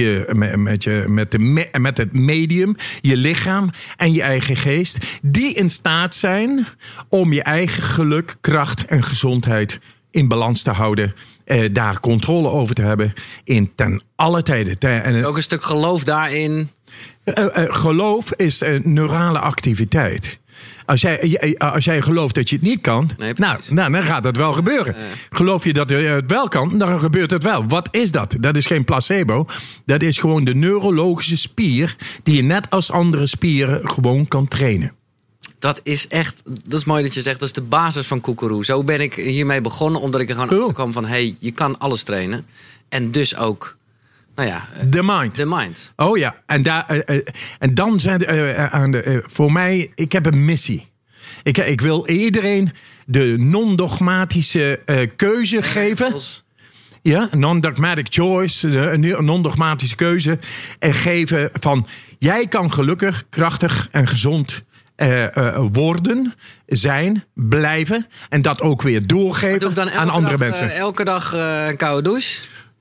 het medium, je lichaam en je eigen geest. Die in staat zijn om je eigen geluk, kracht en gezondheid in balans te houden. Daar controle over te hebben in ten alle tijden. Ook een stuk geloof daarin. Geloof is een neurale activiteit. Als jij gelooft dat je het niet kan, dan gaat dat wel gebeuren. Geloof je dat je het wel kan, dan gebeurt het wel. Wat is dat? Dat is geen placebo. Dat is gewoon de neurologische spier die je net als andere spieren gewoon kan trainen. Dat is mooi dat je zegt, dat is de basis van Koekeroe. Zo ben ik hiermee begonnen, omdat ik er gewoon achter kwam van, je kan alles trainen. En dus ook, de mind. Oh ja, en dan zijn voor mij, ik heb een missie. Ik wil iedereen de non-dogmatische keuze geven. Ja, non-dogmatic choice, een non-dogmatische keuze geven van, jij kan gelukkig, krachtig en gezond worden, zijn, blijven. En dat ook weer doorgeven aan andere mensen. Elke dag een koude douche?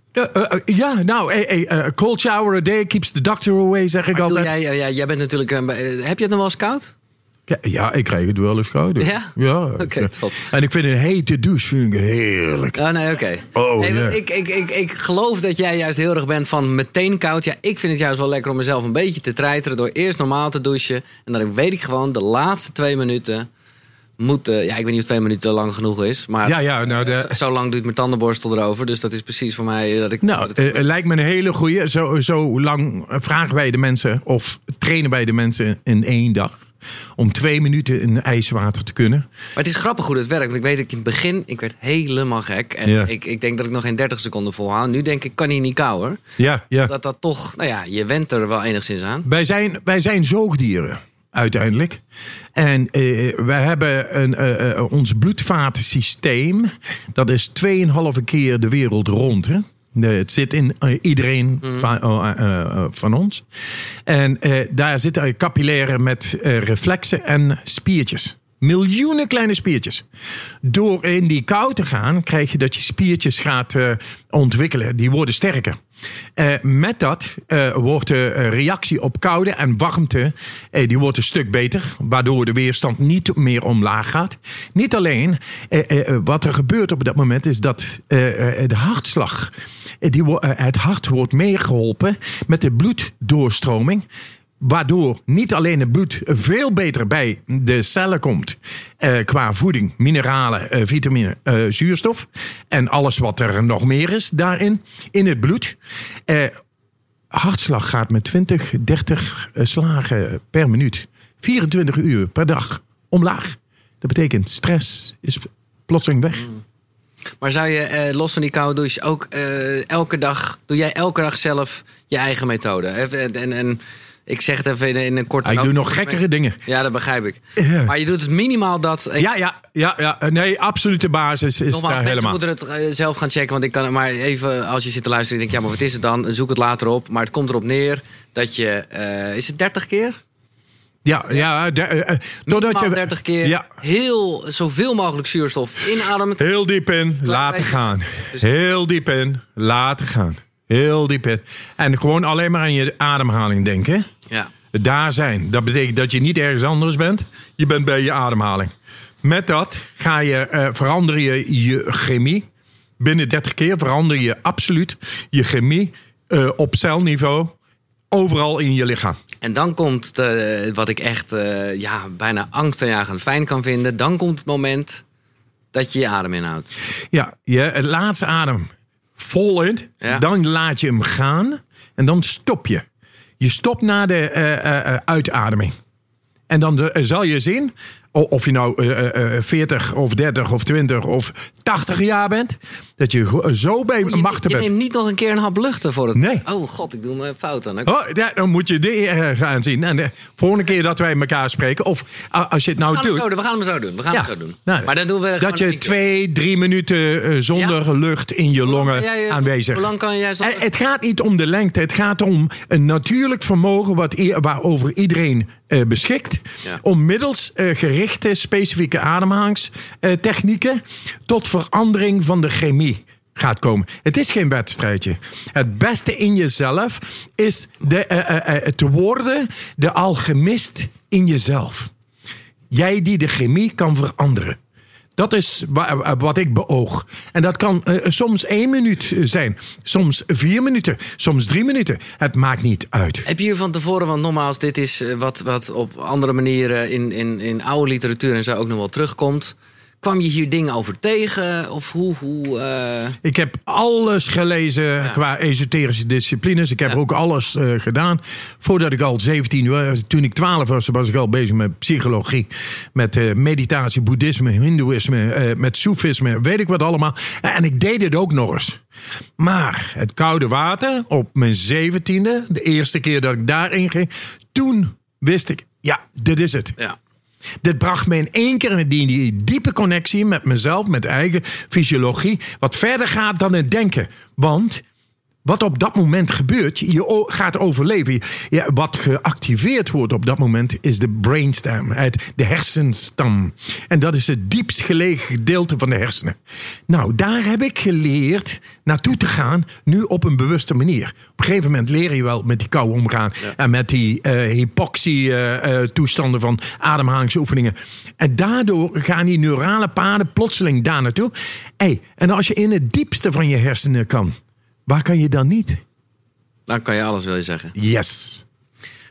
Cold shower a day keeps the doctor away, zeg ik altijd. Jij bent natuurlijk. Heb je het nog wel eens koud? Ja, ik krijg het wel eens koud. Ja? Oké, top. En ik vind een hete douche heerlijk. Nee, oké. Ik geloof dat jij juist heel erg bent van meteen koud. Ja, ik vind het juist wel lekker om mezelf een beetje te treiteren door eerst normaal te douchen. En dan weet ik gewoon de laatste 2 minuten ik weet niet of 2 minuten lang genoeg is. Maar zo lang duurt mijn tandenborstel erover. Dus dat is precies voor mij dat ik... lijkt me een hele goeie. Zo lang vragen wij de mensen of trainen wij de mensen in 1 dag. Om 2 minuten in ijswater te kunnen. Maar het is grappig hoe het werkt. Want ik weet dat in het begin, ik werd helemaal gek. En ik denk dat ik nog geen 30 seconden volhoud. Nu denk ik, kan hier niet kou, hoor. Ja. Dat toch, je went er wel enigszins aan. Wij zijn zoogdieren. Uiteindelijk. En wij hebben ons bloedvatensysteem. Dat is 2,5 keer de wereld rond. Hè? Het zit in iedereen van ons. En daar zitten capillaren met reflexen en spiertjes. Miljoenen kleine spiertjes. Door in die kou te gaan, krijg je dat je spiertjes gaat ontwikkelen. Die worden sterker. Met dat wordt de reactie op koude en warmte die wordt een stuk beter. Waardoor de weerstand niet meer omlaag gaat. Niet alleen, wat er gebeurt op dat moment is dat de hartslag... het hart wordt meegeholpen met de bloeddoorstroming. Waardoor niet alleen het bloed veel beter bij de cellen komt. Qua voeding, mineralen, vitamine, zuurstof. En alles wat er nog meer is daarin. In het bloed. Hartslag gaat met 20, 30 slagen per minuut. 24 uur per dag omlaag. Dat betekent stress is plotseling weg. Maar zou je los van die koude douche ook doe jij elke dag zelf je eigen methode? En ik zeg het even in een korte... Ik doe nog gekkere dingen. Ja, dat begrijp ik. Maar je doet het minimaal dat... Ja. Nee, absolute basis is daar helemaal. Mensen moeten het zelf gaan checken. Want ik kan maar even, als je zit te luisteren, denk ik, maar wat is het dan? Zoek het later op. Maar het komt erop neer dat je... is het 30 keer? Doordat je 30 keer zoveel mogelijk zuurstof inademt. Heel diep in, laten gaan. Heel diep in, laten gaan. Heel diep in. En gewoon alleen maar aan je ademhaling denken. Ja. Daar zijn. Dat betekent dat je niet ergens anders bent. Je bent bij je ademhaling. Met dat verander je chemie. Binnen 30 keer verander je absoluut je chemie op celniveau. Overal in je lichaam. En dan komt wat ik echt bijna angstaanjagend fijn kan vinden. Dan komt het moment dat je je adem inhoudt. Ja, het laatste adem vol in. Ja. Dan laat je hem gaan. En dan stop je. Je stopt na de uitademing. En dan zal je zien... Of je nou 40 of 30 of 20 of 80 jaar bent. Dat je zo bij machten bent. Je neemt niet nog een keer een hap luchten voor het... Nee. Oh god, ik doe me fout dan. Dan moet je dit gaan zien. En de volgende keer dat wij elkaar spreken. Of als je het nou doet. We gaan hem zo doen. Nou, maar dan doen we dat je 2-3 minuten zonder lucht in je longen aanwezig. Hoe lang kan jij zo... Het gaat niet om de lengte. Het gaat om een natuurlijk vermogen waarover iedereen beschikt. Ja. Om middels gerichte specifieke ademhalingstechnieken tot verandering van de chemie gaat komen. Het is geen wedstrijdje. Het beste in jezelf is te worden de alchemist in jezelf. Jij die de chemie kan veranderen. Dat is wat ik beoog. En dat kan soms 1 minuut zijn. Soms 4 minuten. Soms 3 minuten. Het maakt niet uit. Heb je hier van tevoren, want nogmaals, dit is wat op andere manieren in oude literatuur en zo ook nog wel terugkomt. Kwam je hier dingen over tegen? Of hoe Ik heb alles gelezen qua esoterische disciplines. Ik heb ook alles gedaan. Voordat ik al 17 was, toen ik 12 was ik al bezig met psychologie. Met meditatie, boeddhisme, hindoeïsme, met soefisme, weet ik wat allemaal. En ik deed het ook nog eens. Maar het koude water op mijn 17e, de eerste keer dat ik daarin ging, toen wist ik, dit is het. Ja. Dit bracht me in 1 keer in die diepe connectie met mezelf, met eigen fysiologie. Wat verder gaat dan het denken. Want wat op dat moment gebeurt, je gaat overleven. Wat geactiveerd wordt op dat moment is de brainstem, de hersenstam. En dat is het diepst gelegen gedeelte van de hersenen. Nou, daar heb ik geleerd naartoe te gaan, nu op een bewuste manier. Op een gegeven moment leer je wel met die kou omgaan. Ja. En met die hypoxie-toestanden van ademhalingsoefeningen. En daardoor gaan die neurale paden plotseling daar naartoe. En als je in het diepste van je hersenen kan, waar kan je dan niet? Dan kan je alles, wil je zeggen. Yes.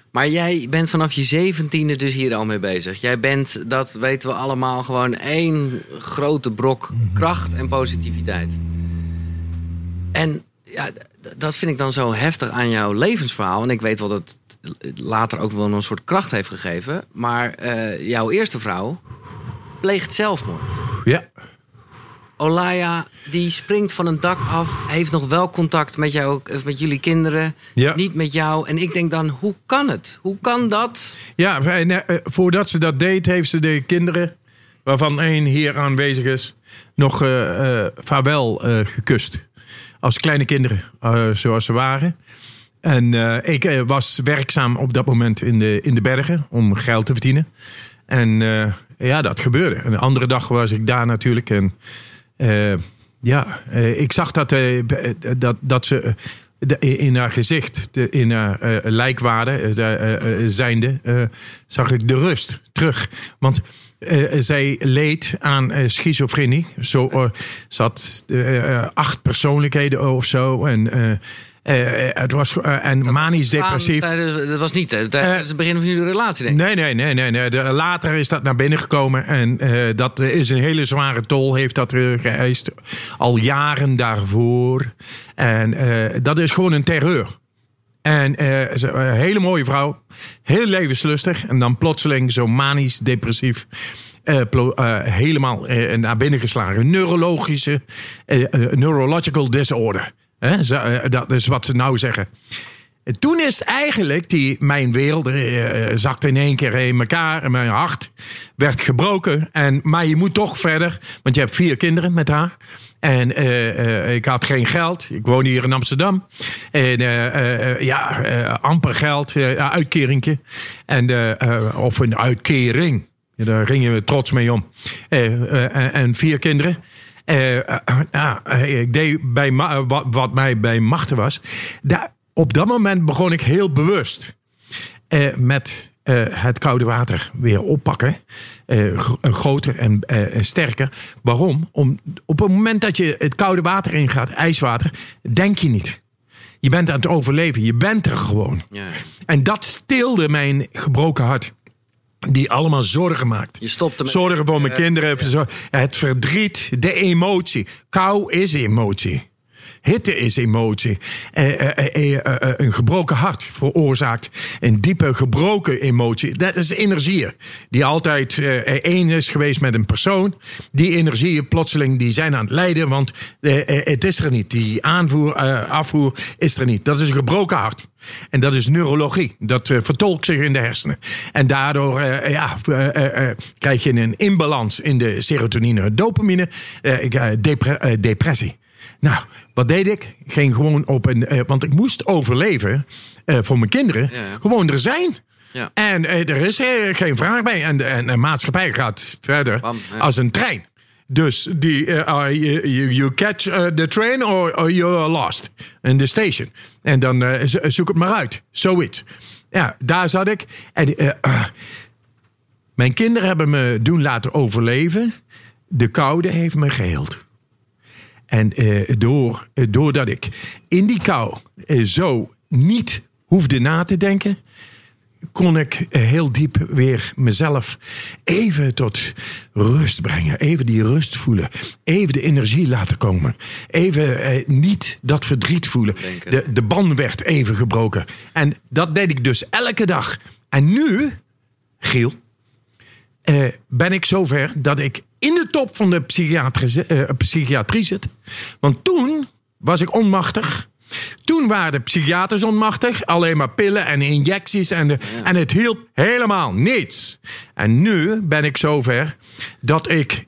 Maar jij bent vanaf je 17e dus hier al mee bezig. Jij bent, dat weten we allemaal, gewoon 1 grote brok kracht en positiviteit. En ja, dat vind ik dan zo heftig aan jouw levensverhaal. En ik weet wel dat het later ook wel een soort kracht heeft gegeven. Maar jouw eerste vrouw pleegt zelfmoord. Ja. Olaya, die springt van een dak af, heeft nog wel contact met jou, met jullie kinderen, niet met jou. En ik denk dan, hoe kan het? Hoe kan dat? Ja, voordat ze dat deed, heeft ze de kinderen, waarvan 1 hier aanwezig is, nog vaarwel gekust. Als kleine kinderen, zoals ze waren. En ik was werkzaam op dat moment in de bergen om geld te verdienen. En dat gebeurde. En de andere dag was ik daar natuurlijk. En ik zag dat ze in haar gezicht, in haar lijkwade zijnde, zag ik de rust terug. Want zij leed aan schizofrenie. Ze had 8 persoonlijkheden of zo. En het was manisch depressief. Dat was niet het begin van jullie relatie, denk ik. Nee. Later is dat naar binnen gekomen. En dat is een hele zware tol, heeft dat geëist. Al jaren daarvoor. En dat is gewoon een terreur. En een hele mooie vrouw. Heel levenslustig. En dan plotseling zo manisch depressief. Helemaal naar binnen geslagen. Neurological disorder. Dat is wat ze nou zeggen. En toen is eigenlijk mijn wereld zakte in 1 keer in elkaar. En mijn hart werd gebroken. Maar je moet toch verder. Want je hebt 4 kinderen met haar. En ik had geen geld. Ik woon hier in Amsterdam. En amper geld. Uitkeringje. Of een uitkering. Daar gingen we trots mee om. En 4 kinderen. Ik deed bij wat mij bij machten was. Op dat moment begon ik heel bewust met het koude water weer oppakken. Groter en sterker. Waarom? Op het moment dat je het koude water ingaat, ijswater, denk je niet. Je bent aan het overleven. Je bent er gewoon. Ja. En dat stilde mijn gebroken hart. Die allemaal zorgen maakt. Je stopte met zorgen voor mijn kinderen. Ja. Het verdriet, de emotie. Kou is emotie. Hitte is emotie. Een gebroken hart veroorzaakt een diepe gebroken emotie. Dat is energieën. Die altijd één is geweest met een persoon. Die energieën plotseling die zijn aan het lijden. Want het is er niet. Die afvoer is er niet. Dat is een gebroken hart. En dat is neurologie. Dat vertolkt zich in de hersenen. En daardoor krijg je een inbalans in de serotonine en dopamine. Depressie. Nou, wat deed ik? Ik ging gewoon want ik moest overleven voor mijn kinderen. Ja. Gewoon er zijn. Ja. En er is geen vraag bij. En de maatschappij gaat verder als een trein. Dus you catch the train or you're lost in the station. En dan zoek het maar uit. Zoiets. Ja, daar zat ik. En mijn kinderen hebben me doen laten overleven. De koude heeft me geheeld. En doordat ik in die kou zo niet hoefde na te denken, kon ik heel diep weer mezelf even tot rust brengen. Even die rust voelen. Even de energie laten komen. Even niet dat verdriet voelen. De band werd even gebroken. En dat deed ik dus elke dag. En nu, Giel, ben ik zover dat ik in de top van de psychiatrie zit. Want toen was ik onmachtig. Toen waren de psychiaters onmachtig. Alleen maar pillen en injecties. En het hielp helemaal niets. En nu ben ik zover dat ik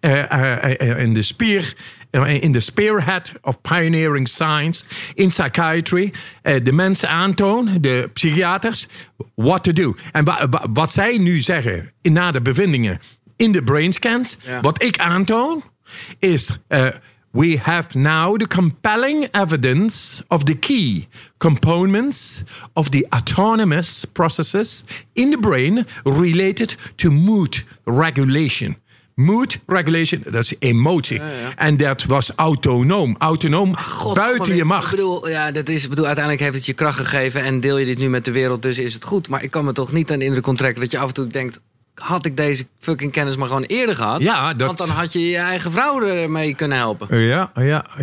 in de spearhead of pioneering science in psychiatry de mensen aantoon, de psychiaters, what to do. En wat zij nu zeggen na de bevindingen in de brain scans, wat ik aantoon, is we have now the compelling evidence of the key components of the autonomous processes in the brain related to mood regulation. Mood regulation, dat is emotie. Ja. En dat was autonoom. Autonoom buiten je macht. Uiteindelijk heeft het je kracht gegeven en deel je dit nu met de wereld, dus is het goed. Maar ik kan me toch niet aan de indruk onttrekken dat je af en toe denkt, had ik deze fucking kennis maar gewoon eerder gehad? Ja, want dan had je je eigen vrouw ermee kunnen helpen. Ja.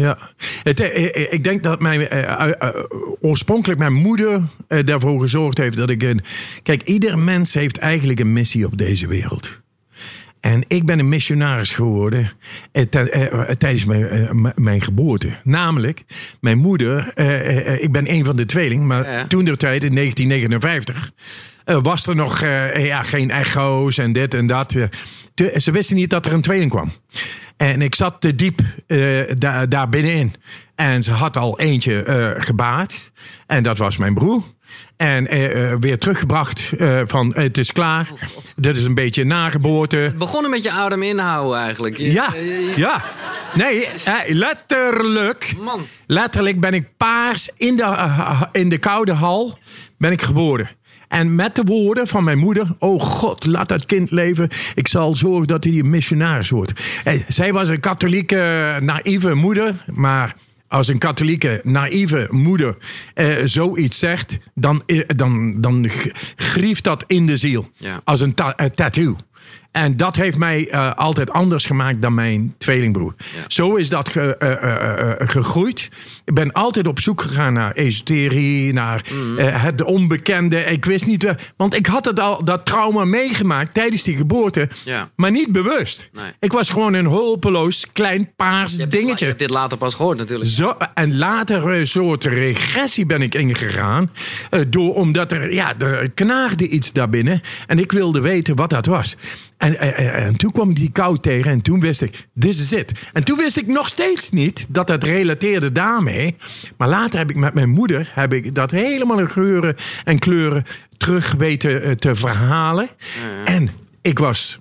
Ik denk dat oorspronkelijk mijn moeder daarvoor gezorgd heeft dat ik Kijk, ieder mens heeft eigenlijk een missie op deze wereld. En ik ben een missionaris geworden tijdens mijn geboorte. Namelijk, mijn moeder, ik ben een van de tweeling, maar toen der tijd in 1959 was er nog geen echo's en dit en dat. Ze wisten niet dat er een tweeling kwam. En ik zat te diep daar binnenin. En ze had al eentje gebaard. En dat was mijn broer. En weer teruggebracht van het is klaar. Dit is een beetje nageboorte. Begonnen met je adem inhouden eigenlijk. Ja. Nee, letterlijk. Man. Letterlijk ben ik paars in de koude hal ben ik geboren. En met de woorden van mijn moeder, oh God, laat dat kind leven. Ik zal zorgen dat hij een missionaris wordt. Zij was een katholieke, naïeve moeder, maar als een katholieke, naïeve moeder zoiets zegt, dan grieft dat in de ziel. Ja. Als een tattoo. En dat heeft mij altijd anders gemaakt dan mijn tweelingbroer. Ja. Zo is dat gegroeid. Ik ben altijd op zoek gegaan naar esoterie, naar het onbekende. Ik wist niet, want ik had dat trauma meegemaakt tijdens die geboorte, maar niet bewust. Nee. Ik was gewoon een hulpeloos klein paars dingetje. Je hebt dit later pas gehoord natuurlijk. En later een soort regressie ben ik ingegaan. Omdat er knaagde iets daarbinnen. En ik wilde weten wat dat was. En toen kwam ik die kou tegen en toen wist ik, this is it. En toen wist ik nog steeds niet dat het relateerde daarmee. Maar later heb ik met mijn moeder dat helemaal in geuren en kleuren terug weten te verhalen. Ja. En ik was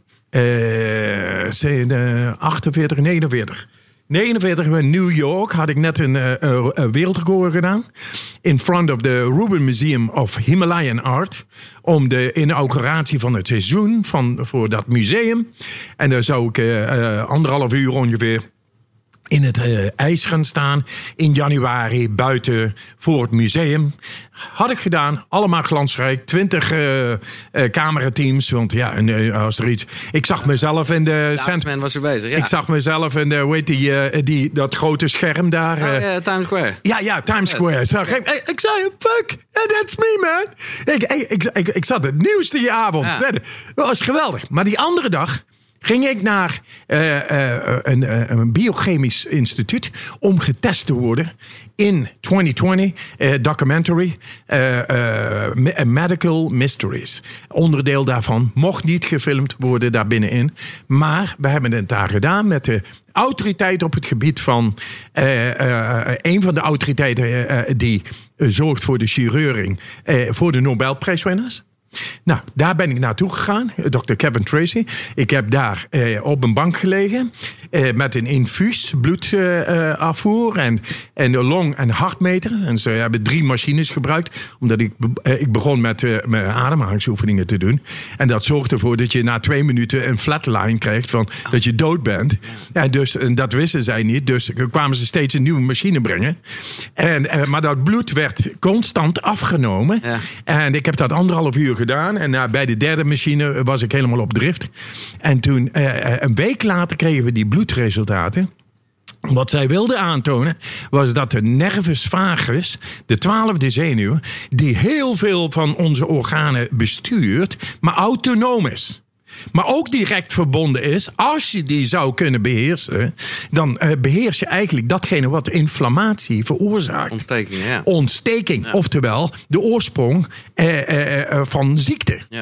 48, 49. 49 in New York had ik net een wereldrecord gedaan. In front of the Rubin Museum of Himalayan Art. Om de inauguratie van het seizoen voor dat museum. En daar zou ik 1,5 uur ongeveer in het ijs gaan staan. In januari buiten voor het museum. Had ik gedaan. Allemaal glansrijk. 20 camerateams. Want als er iets... Ik zag mezelf in de... Times was er bezig, ja. Ik zag mezelf in de... dat grote scherm daar. Times Square. Ja, Times Square. Ik zei, fuck, that's me, man. Ik zat het nieuws die avond. Ja. Dat was geweldig. Maar die andere dag ging ik naar een biochemisch instituut om getest te worden in 2020 documentary Medical Mysteries. Onderdeel daarvan mocht niet gefilmd worden daar binnenin. Maar we hebben het daar gedaan met de autoriteit op het gebied van een van de autoriteiten die zorgt voor de chirurgie voor de Nobelprijswinnaars. Nou, daar ben ik naartoe gegaan, Dr. Kevin Tracy. Ik heb daar op een bank gelegen met een infuus bloedafvoer en een long- en hartmeter. En ze hebben 3 machines gebruikt, omdat ik begon met mijn ademhalingsoefeningen te doen. En dat zorgt ervoor dat je na 2 minuten een flatline krijgt van dat je dood bent. En dat wisten zij niet, dus kwamen ze steeds een nieuwe machine brengen. Maar dat bloed werd constant afgenomen. Ja. En ik heb dat 1,5 uur gedaan. En bij de 3e machine was ik helemaal op drift. En toen, een week later, kregen we die bloedresultaten. Wat zij wilden aantonen was dat de nervus vagus, de 12e zenuw, die heel veel van onze organen bestuurt, maar autonoom is. Maar ook direct verbonden is. Als je die zou kunnen beheersen, dan beheers je eigenlijk datgene wat inflammatie veroorzaakt. Ontsteking, ja. Oftewel de oorsprong van ziekte. Ja.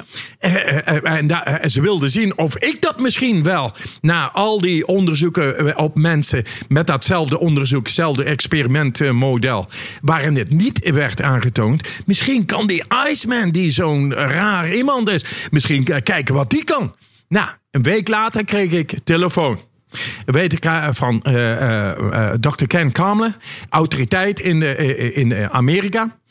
En ze wilden zien of ik dat misschien wel, na al die onderzoeken op mensen met datzelfde onderzoek, hetzelfde experimentmodel, waarin het niet werd aangetoond, misschien kan die Iceman, die zo'n raar iemand is, misschien kijken wat die kan. Nou, een week later kreeg ik telefoon. Weet ik van Dr. Ken Kamler, autoriteit in Amerika.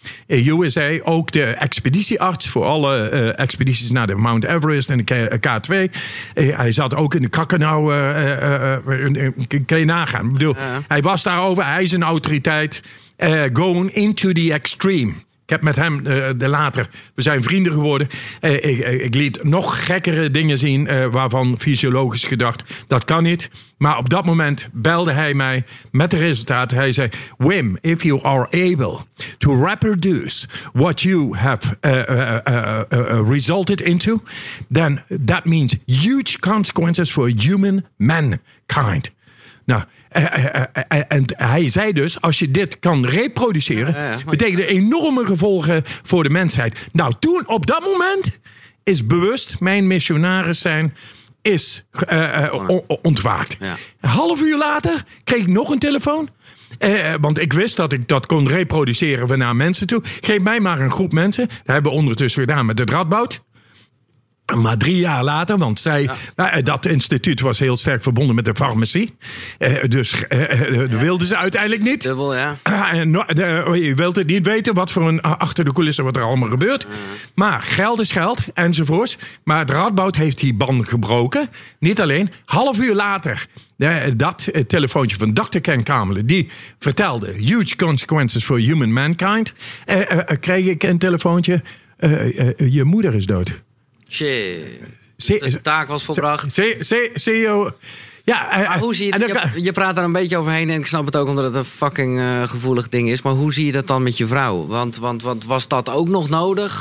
USA, ook de expeditiearts voor alle expedities naar de Mount Everest en de K2. Hij zat ook in de Kakkenau. Kan je nagaan. Ik bedoel, hij was daarover. Hij is een autoriteit. Going into the extreme. Ik heb met hem later... We zijn vrienden geworden. Ik liet nog gekkere dingen zien... waarvan fysiologisch gedacht... dat kan niet. Maar op dat moment belde hij mij met de resultaten. Hij zei... Wim, if you are able to reproduce... what you have resulted into... then that means huge consequences for human mankind. Nou... En hij zei dus, als je dit kan reproduceren... betekent het enorme gevolgen voor de mensheid. Nou, toen, op dat moment, is bewust mijn missionaris zijn... is ontwaakt. Ja. Een half uur later kreeg ik nog een telefoon. Want ik wist dat ik dat kon reproduceren naar mensen toe. Geef mij maar een groep mensen. Dat hebben we ondertussen gedaan met het Radboud. Maar 3 jaar later, want dat instituut was heel sterk verbonden met de farmacie. Dus wilden ze uiteindelijk niet. Dubbel, ja. Je wilt het niet weten wat voor achter de coulissen wat er allemaal gebeurt. Maar geld is geld, enzovoorts. Maar het Radboud heeft die ban gebroken. Niet alleen. Half uur later, dat telefoontje van Dr. Ken Kamelen, die vertelde huge consequences for human mankind. Kreeg ik een telefoontje. Je moeder is dood. Shit. De taak was volbracht. CEO. Ja, maar hoe zie je, je praat daar een beetje overheen en ik snap het ook omdat het een fucking gevoelig ding is. Maar hoe zie je dat dan met je vrouw? Want was dat ook nog nodig?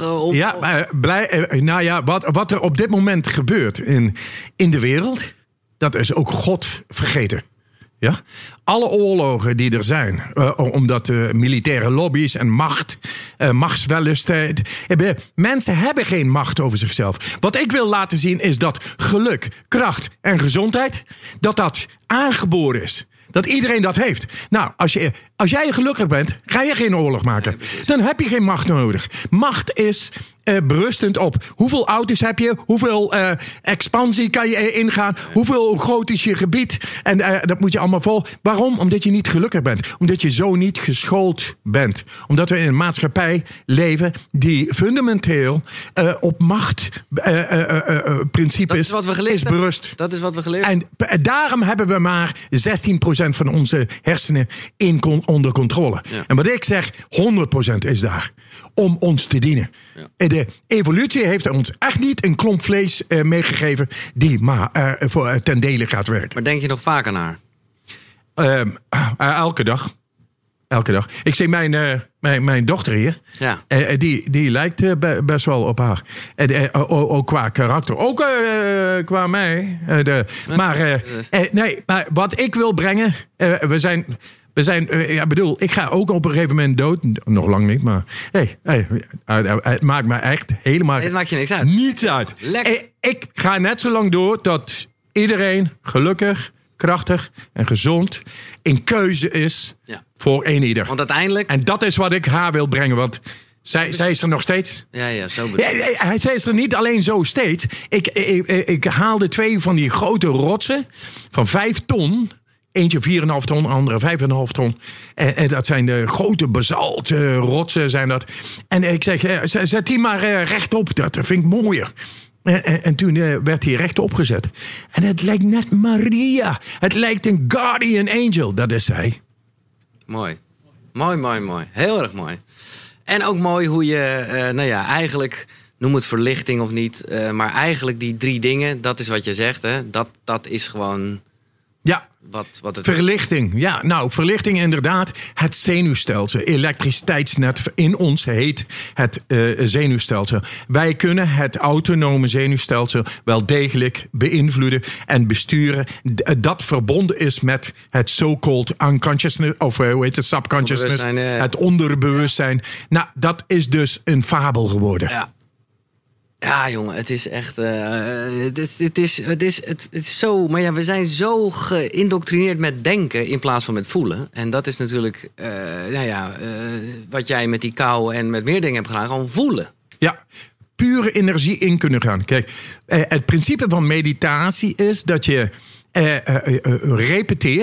Wat er op dit moment gebeurt in de wereld, dat is ook God vergeten. Ja? Alle oorlogen die er zijn, omdat militaire lobby's en machtswellusten... mensen hebben geen macht over zichzelf. Wat ik wil laten zien is dat geluk, kracht en gezondheid... dat aangeboren is. Dat iedereen dat heeft. Nou, als jij gelukkig bent, ga je geen oorlog maken. Dan heb je geen macht nodig. Macht is berustend op hoeveel auto's heb je, hoeveel expansie kan je ingaan, hoe groot is je gebied. En dat moet je allemaal vol. Waarom? Omdat je niet gelukkig bent. Omdat je zo niet geschoold bent. Omdat we in een maatschappij leven die fundamenteel op machtprincipes is berust. Dat is wat we geleerd hebben. En daarom hebben we maar 16% van onze hersenen onder controle. Ja. En wat ik zeg, 100% is daar. Om ons te dienen. Ja. De evolutie heeft ons echt niet een klomp vlees meegegeven... die maar ten dele gaat werken. Maar denk je nog vaker naar? Elke dag. Ik zie mijn dochter hier. Ja. Die lijkt best wel op haar. Ook qua karakter. Ook qua mij. Maar wat ik wil brengen... We zijn, ik ga ook op een gegeven moment dood. Nog lang niet, maar het maakt me echt helemaal... Het maakt je niks uit. Niets uit. Ik ga net zo lang door dat iedereen gelukkig, krachtig en gezond in keuze is voor ieder. Want uiteindelijk... En dat is wat ik haar wil brengen, want... Zij is er nog steeds. Ja, zo bedoel ik. Zij is er niet alleen zo steeds. Ik haalde 2 van die grote rotsen van 5 ton... Eentje 4,5 ton, andere 5,5 ton. En dat zijn de grote basalt rotsen zijn dat. En ik zeg, zet die maar rechtop. Dat vind ik mooier. En toen werd hij rechtop gezet. En het lijkt net Maria. Het lijkt een guardian angel. Dat is zij. Mooi. Heel erg mooi. En ook mooi hoe je, eigenlijk... Noem het verlichting of niet. Maar eigenlijk die 3 dingen, dat is wat je zegt. Hè? Dat is gewoon... Ja. Wat het verlichting. Ja, nou, verlichting inderdaad. Het zenuwstelsel, elektriciteitsnet in ons heet het zenuwstelsel. Wij kunnen het autonome zenuwstelsel wel degelijk beïnvloeden en besturen. Dat verbonden is met het so-called unconsciousness, of subconsciousness, het onderbewustzijn. Nou, dat is dus een fabel geworden. Ja, jongen, het is echt... Het is zo... Maar ja, we zijn zo geïndoctrineerd met denken in plaats van met voelen. En dat is natuurlijk... wat jij met die kou en met meer dingen hebt gedaan. Gewoon voelen. Ja, pure energie in kunnen gaan. Kijk, het principe van meditatie is dat je repeteert...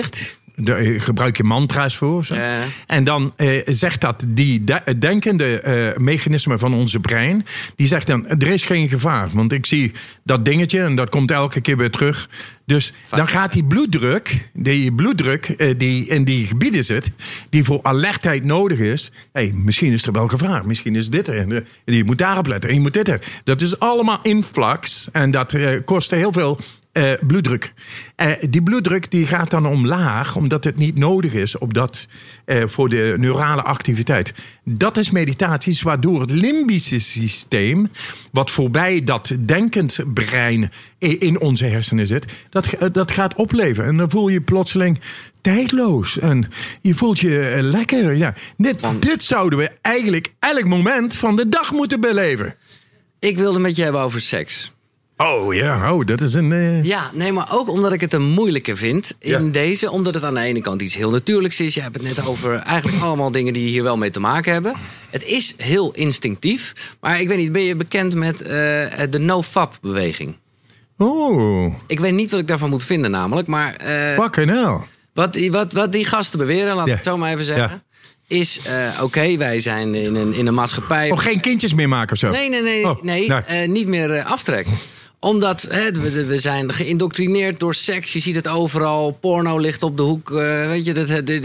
gebruik je mantra's voor. Of zo. En dan zegt dat die denkende mechanisme van onze brein. Die zegt dan, er is geen gevaar. Want ik zie dat dingetje en dat komt elke keer weer terug. Dus dan gaat die bloeddruk die in die gebieden zit, die voor alertheid nodig is. Misschien is er wel gevaar. Misschien is dit er. Je moet daarop letten. En je moet dit er. Dat is allemaal influx. En dat kost heel veel bloeddruk. Die bloeddruk die gaat dan omlaag, omdat het niet nodig is voor de neurale activiteit. Dat is meditaties waardoor het limbische systeem, wat voorbij dat denkend brein in onze hersenen zit, dat gaat opleven. En dan voel je plotseling tijdloos. En je voelt je lekker. Ja. Dit zouden we eigenlijk elk moment van de dag moeten beleven. Ik wilde met je hebben over seks. Oh ja, dat is een... Ja, nee, maar ook omdat ik het een moeilijke vind in deze. Omdat het aan de ene kant iets heel natuurlijks is. Je hebt het net over eigenlijk allemaal dingen die hier wel mee te maken hebben. Het is heel instinctief. Maar ik weet niet, ben je bekend met de NoFap-beweging? Oh. Ik weet niet wat ik daarvan moet vinden namelijk, maar... Fucking hell. Wat die gasten beweren, laat ik het zo maar even zeggen... Ja. Is, oké, wij zijn in een maatschappij... Geen kindjes meer maken of zo? Nee, niet meer aftrekken. Omdat we zijn geïndoctrineerd door seks. Je ziet het overal. Porno ligt op de hoek. Weet je,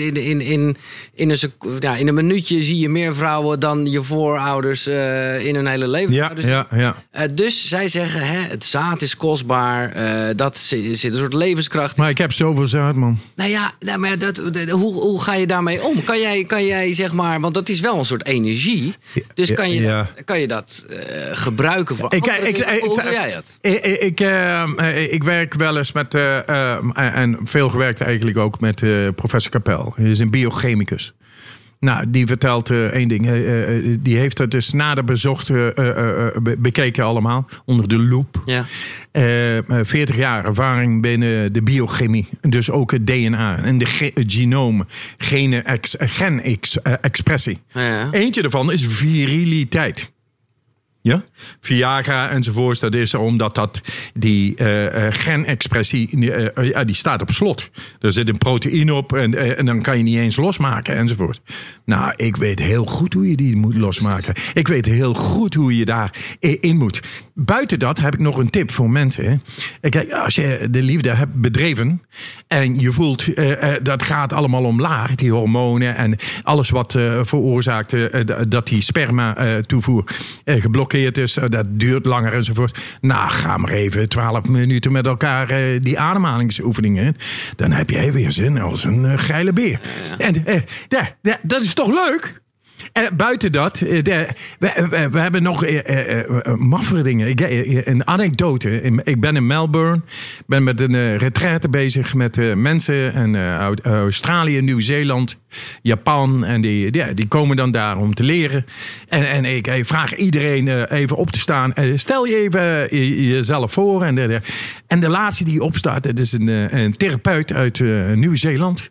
in een minuutje zie je meer vrouwen dan je voorouders in hun hele leven. Ja. Dus zij zeggen, het zaad is kostbaar. Dat zit een soort levenskracht. Maar ik heb zoveel zaad, man. Nou ja, maar hoe ga je daarmee om? Kan jij zeg maar, want dat is wel een soort energie. Dus kan je dat gebruiken voor andere dingen? Hoe doe jij dat? Ik werk wel eens met, en veel gewerkt eigenlijk ook met professor Kapel. Hij is een biochemicus. Nou, die vertelt één ding. Die heeft het dus nader bezocht, bekeken allemaal, onder de loep. Ja. 40 jaar ervaring binnen de biochemie. Dus ook het DNA en de genoom, genexpressie. Ja. Eentje daarvan is viriliteit. Ja? Viagra enzovoorts, dat is omdat die genexpressie, die staat op slot. Er zit een proteïne op en dan kan je niet eens losmaken enzovoort. Nou, ik weet heel goed hoe je die moet losmaken. Ik weet heel goed hoe je daarin moet. Buiten dat heb ik nog een tip voor mensen. Kijk, als je de liefde hebt bedreven en je voelt dat gaat allemaal omlaag, die hormonen en alles wat veroorzaakt dat die sperma toevoer geblokkeerd is, dat duurt langer enzovoort. Nou, ga maar even 12 minuten met elkaar die ademhalingsoefeningen. Dan heb jij weer zin als een geile beer. Ja. En dat is toch leuk? Buiten dat, we hebben nog maffere dingen. Een anekdote. Ik ben in Melbourne. Ben met een retraite bezig met mensen. En Australië, Nieuw-Zeeland, Japan. En die komen dan daar om te leren. En ik vraag iedereen even op te staan. Stel je even jezelf voor. En de laatste die opstaat, het is een therapeut uit Nieuw-Zeeland.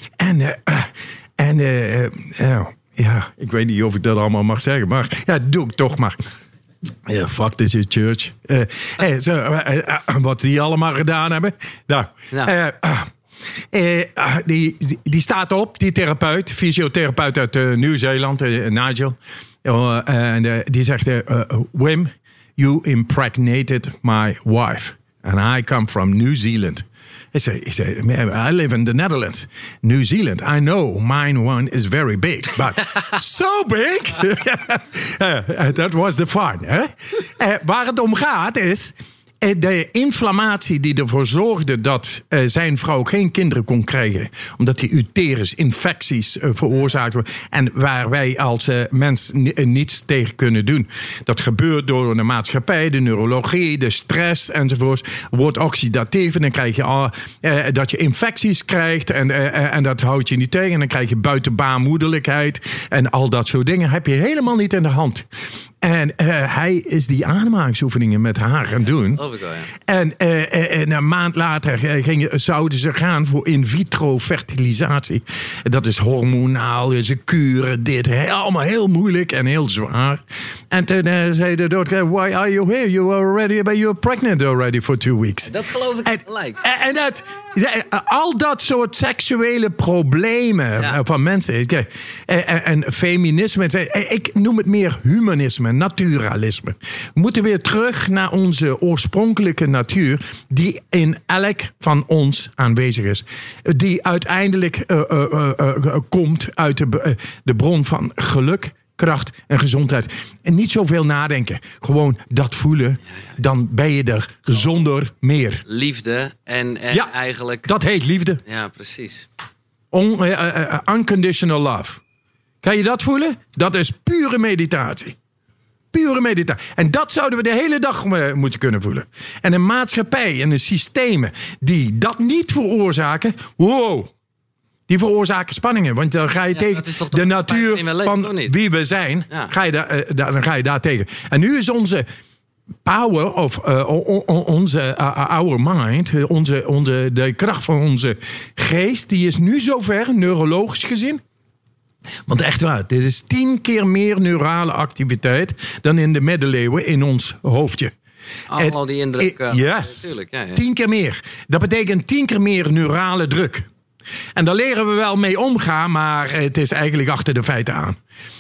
Ja, ik weet niet of ik dat allemaal mag zeggen, maar ja, dat doe ik toch maar. Fuck this is church. Wat die allemaal gedaan hebben. Nou, die staat op, die therapeut, fysiotherapeut uit Nieuw-Zeeland, Nigel. Die zegt, Wim, you impregnated my wife. And I come from New Zealand. He said, I live in the Netherlands. New Zealand, I know mine one is very big. But so big? That was the fun. Waar het om gaat is de inflammatie die ervoor zorgde dat zijn vrouw geen kinderen kon krijgen. Omdat die uterus infecties veroorzaakt. En waar wij als mens niets tegen kunnen doen. Dat gebeurt door de maatschappij, de neurologie, de stress enzovoort. Wordt oxidatief en dan krijg je dat je infecties krijgt. En dat houdt je niet tegen. En dan krijg je buitenbaarmoederlijkheid. En al dat soort dingen heb je helemaal niet in de hand. En hij is die ademhalingsoefeningen met haar gaan doen. En een maand later zouden ze gaan voor in vitro fertilisatie. Dat is hormonaal, ze kuren dit. Allemaal heel moeilijk en heel zwaar. En toen zei de dokter, why are you here? You're pregnant already for 2 weeks. Dat geloof ik gelijk. Al dat soort seksuele problemen van mensen. En feminisme. Ik noem het meer humanisme, naturalisme. We moeten weer terug naar onze oorspronkelijke natuur. Die in elk van ons aanwezig is. Die uiteindelijk komt uit de bron van geluk, kracht en gezondheid. En niet zoveel nadenken. Gewoon dat voelen. Dan ben je er zonder meer. Liefde en eigenlijk... Dat heet liefde. Ja, precies. Unconditional love. Kan je dat voelen? Dat is pure meditatie. Pure meditatie. En dat zouden we de hele dag moeten kunnen voelen. En een maatschappij en een systemen die dat niet veroorzaken... Wow. Die veroorzaken spanningen. Want dan ga je tegen de natuur van wie we zijn. Ja. Dan ga je daar tegen. En nu is onze power of our mind, de kracht van onze geest, die is nu zover, neurologisch gezien. Want echt waar, dit is 10 keer meer neurale activiteit dan in de middeleeuwen in ons hoofdje. Allemaal die indruk. Yes, natuurlijk. 10 keer meer. Dat betekent 10 keer meer neurale druk. En daar leren we wel mee omgaan, maar het is eigenlijk achter de feiten aan.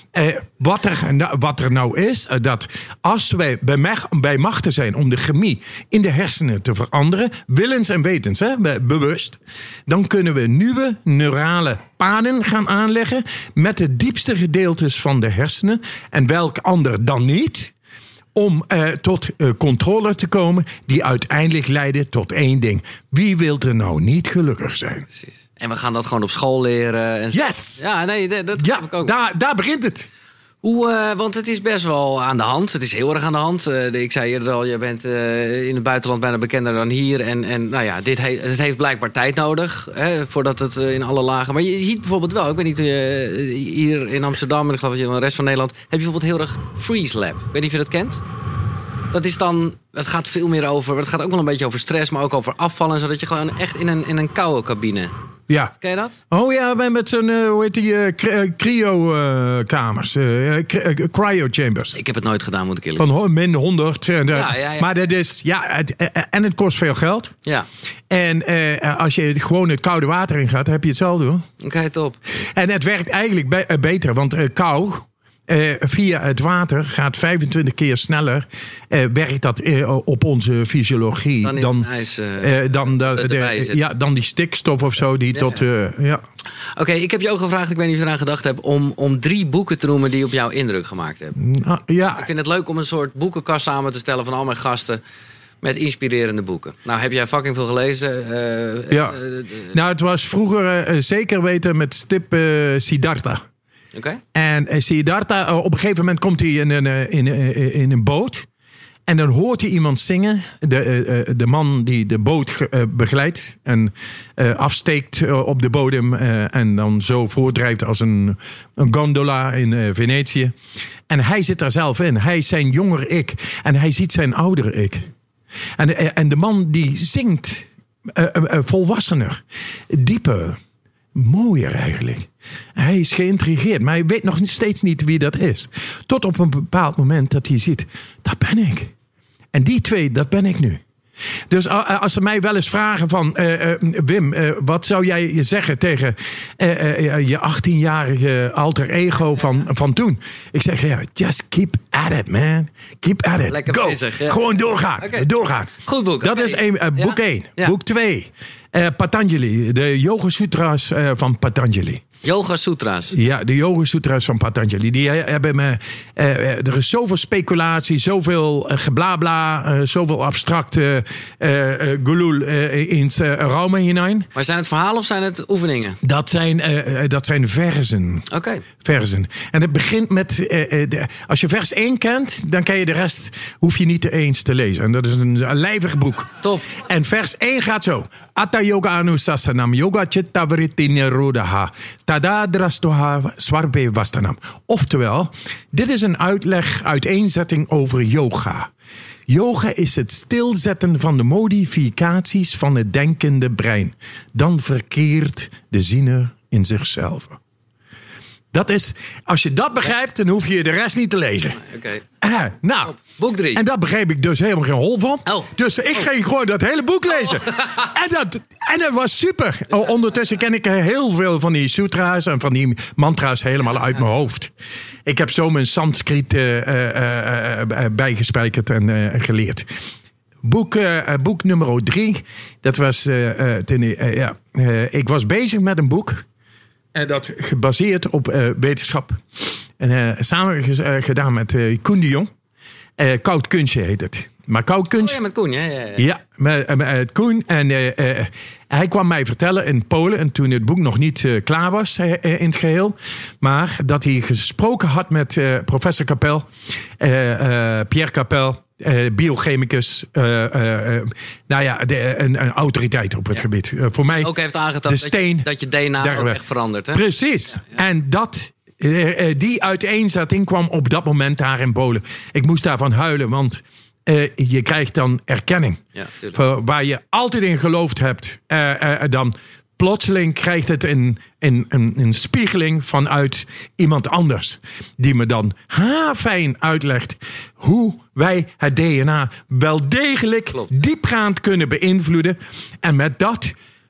Wat er nou is, dat als wij bij machten zijn om de chemie in de hersenen te veranderen, willens en wetens, bewust, dan kunnen we nieuwe neurale paden gaan aanleggen met de diepste gedeeltes van de hersenen. En welk ander dan niet? Om tot controle te komen die uiteindelijk leiden tot één ding. Wie wil er nou niet gelukkig zijn? Precies. En we gaan dat gewoon op school leren. En yes! Ja, nee, dat heb ik ook. Daar begint het. Want het is best wel aan de hand. Het is heel erg aan de hand. Ik zei eerder al, je bent in het buitenland bijna bekender dan hier. En nou ja, het heeft blijkbaar tijd nodig. Voordat het in alle lagen... Maar je ziet bijvoorbeeld wel, ik weet niet, hier in Amsterdam... en ik geloof dat in de rest van Nederland... heb je bijvoorbeeld heel erg Freeze Lab. Ik weet niet of je dat kent. Dat is dan... Het gaat veel meer over... Het gaat ook wel een beetje over stress, maar ook over afvallen. Zodat je gewoon echt in een koude cabine... Ja. Ken je dat? Oh ja, met zo'n, hoe heet die, cryo-kamers. Cryo chambers. Ik heb het nooit gedaan, moet ik eerlijk zeggen. Van min 100. Ja. Maar dat is, en het kost veel geld. Ja. En als je gewoon het koude water in gaat, heb je hetzelfde hoor. Oké, top. En het werkt eigenlijk beter, want kou... via het water gaat 25 keer sneller. Werkt dat op onze fysiologie dan die stikstof of zo. Oké, ik heb je ook gevraagd, ik weet niet of je eraan gedacht hebt... om 3 boeken te noemen die op jou indruk gemaakt hebben. Ja. Ik vind het leuk om een soort boekenkast samen te stellen van al mijn gasten... met inspirerende boeken. Nou, heb jij fucking veel gelezen? Nou, het was vroeger zeker weten met stip Siddhartha. Okay. En Siddhartha, op een gegeven moment komt hij in een boot. En dan hoort hij iemand zingen. De man die de boot begeleidt. En afsteekt op de bodem. En dan zo voordrijft als een gondola in Venetië. En hij zit daar zelf in. Hij is zijn jonger ik. En hij ziet zijn oudere ik. En de man die zingt volwassener. Dieper. Mooier eigenlijk. Hij is geïntrigeerd, maar hij weet nog steeds niet wie dat is. Tot op een bepaald moment dat hij ziet, dat ben ik. En die 2, dat ben ik nu. Dus als ze mij wel eens vragen van... Wim, wat zou jij zeggen tegen je 18-jarige alter ego van toen? Ik zeg, just keep at it, man. Keep at it. Lekker Go. bezig. Ja. Gewoon doorgaan. Okay. Doorgaan. Goed boek. Dat is boek 1. Ja. Boek 2. Patanjali. De Yoga Sutra's van Patanjali. Yoga Sutra's. Ja, de Yoga Sutra's van Patanjali. Die hebben me... er is zoveel speculatie, zoveel geblabla, zoveel abstracte gelul in het raum hinein. Maar zijn het verhalen of zijn het oefeningen? Dat zijn verzen. Oké. Verzen. En het begint met... als je vers 1 kent, dan ken je de rest... hoef je niet eens te lezen. En dat is een lijvig boek. Top. En vers 1 gaat zo. Atta yoga anusasanam yoga chitta vritti nirodha. Tada drastoha swarbe vastanam. Oftewel, dit is een uiteenzetting over yoga. Yoga is het stilzetten van de modificaties van het denkende brein. Dan verkeert de ziener in zichzelf. Dat is, als je dat begrijpt, dan hoef je de rest niet te lezen. Oké. Nou, boek 3. En dat begreep ik dus helemaal geen hol van. Dus ik ging gewoon dat hele boek lezen. En dat was super. Ondertussen ken ik heel veel van die sutra's en van die mantra's helemaal uit mijn hoofd. Ik heb zo mijn Sanskriet bijgespijkerd en geleerd. Boek nummer 3. Dat was... ik was bezig met een boek. En dat gebaseerd op wetenschap. En samen gedaan met Koen de Jong. Koud Kunstje heet het. Maar Koud Kunst... met Koen, Ja, met Koen. En hij kwam mij vertellen in Polen. En toen het boek nog niet klaar was in het geheel. Maar dat hij gesproken had met professor Capel. Pierre Capel. Biochemicus. Een autoriteit op het gebied. Voor mij ook heeft aangetoond dat je DNA ook echt verandert. Hè? Precies. Ja. En die uiteenzetting kwam op dat moment daar in Polen. Ik moest daarvan huilen, want je krijgt dan erkenning. Ja, waar je altijd in geloofd hebt. Dan plotseling krijgt het een spiegeling vanuit iemand anders. Die me dan fijn uitlegt hoe wij het DNA wel degelijk diepgaand kunnen beïnvloeden. En met dat...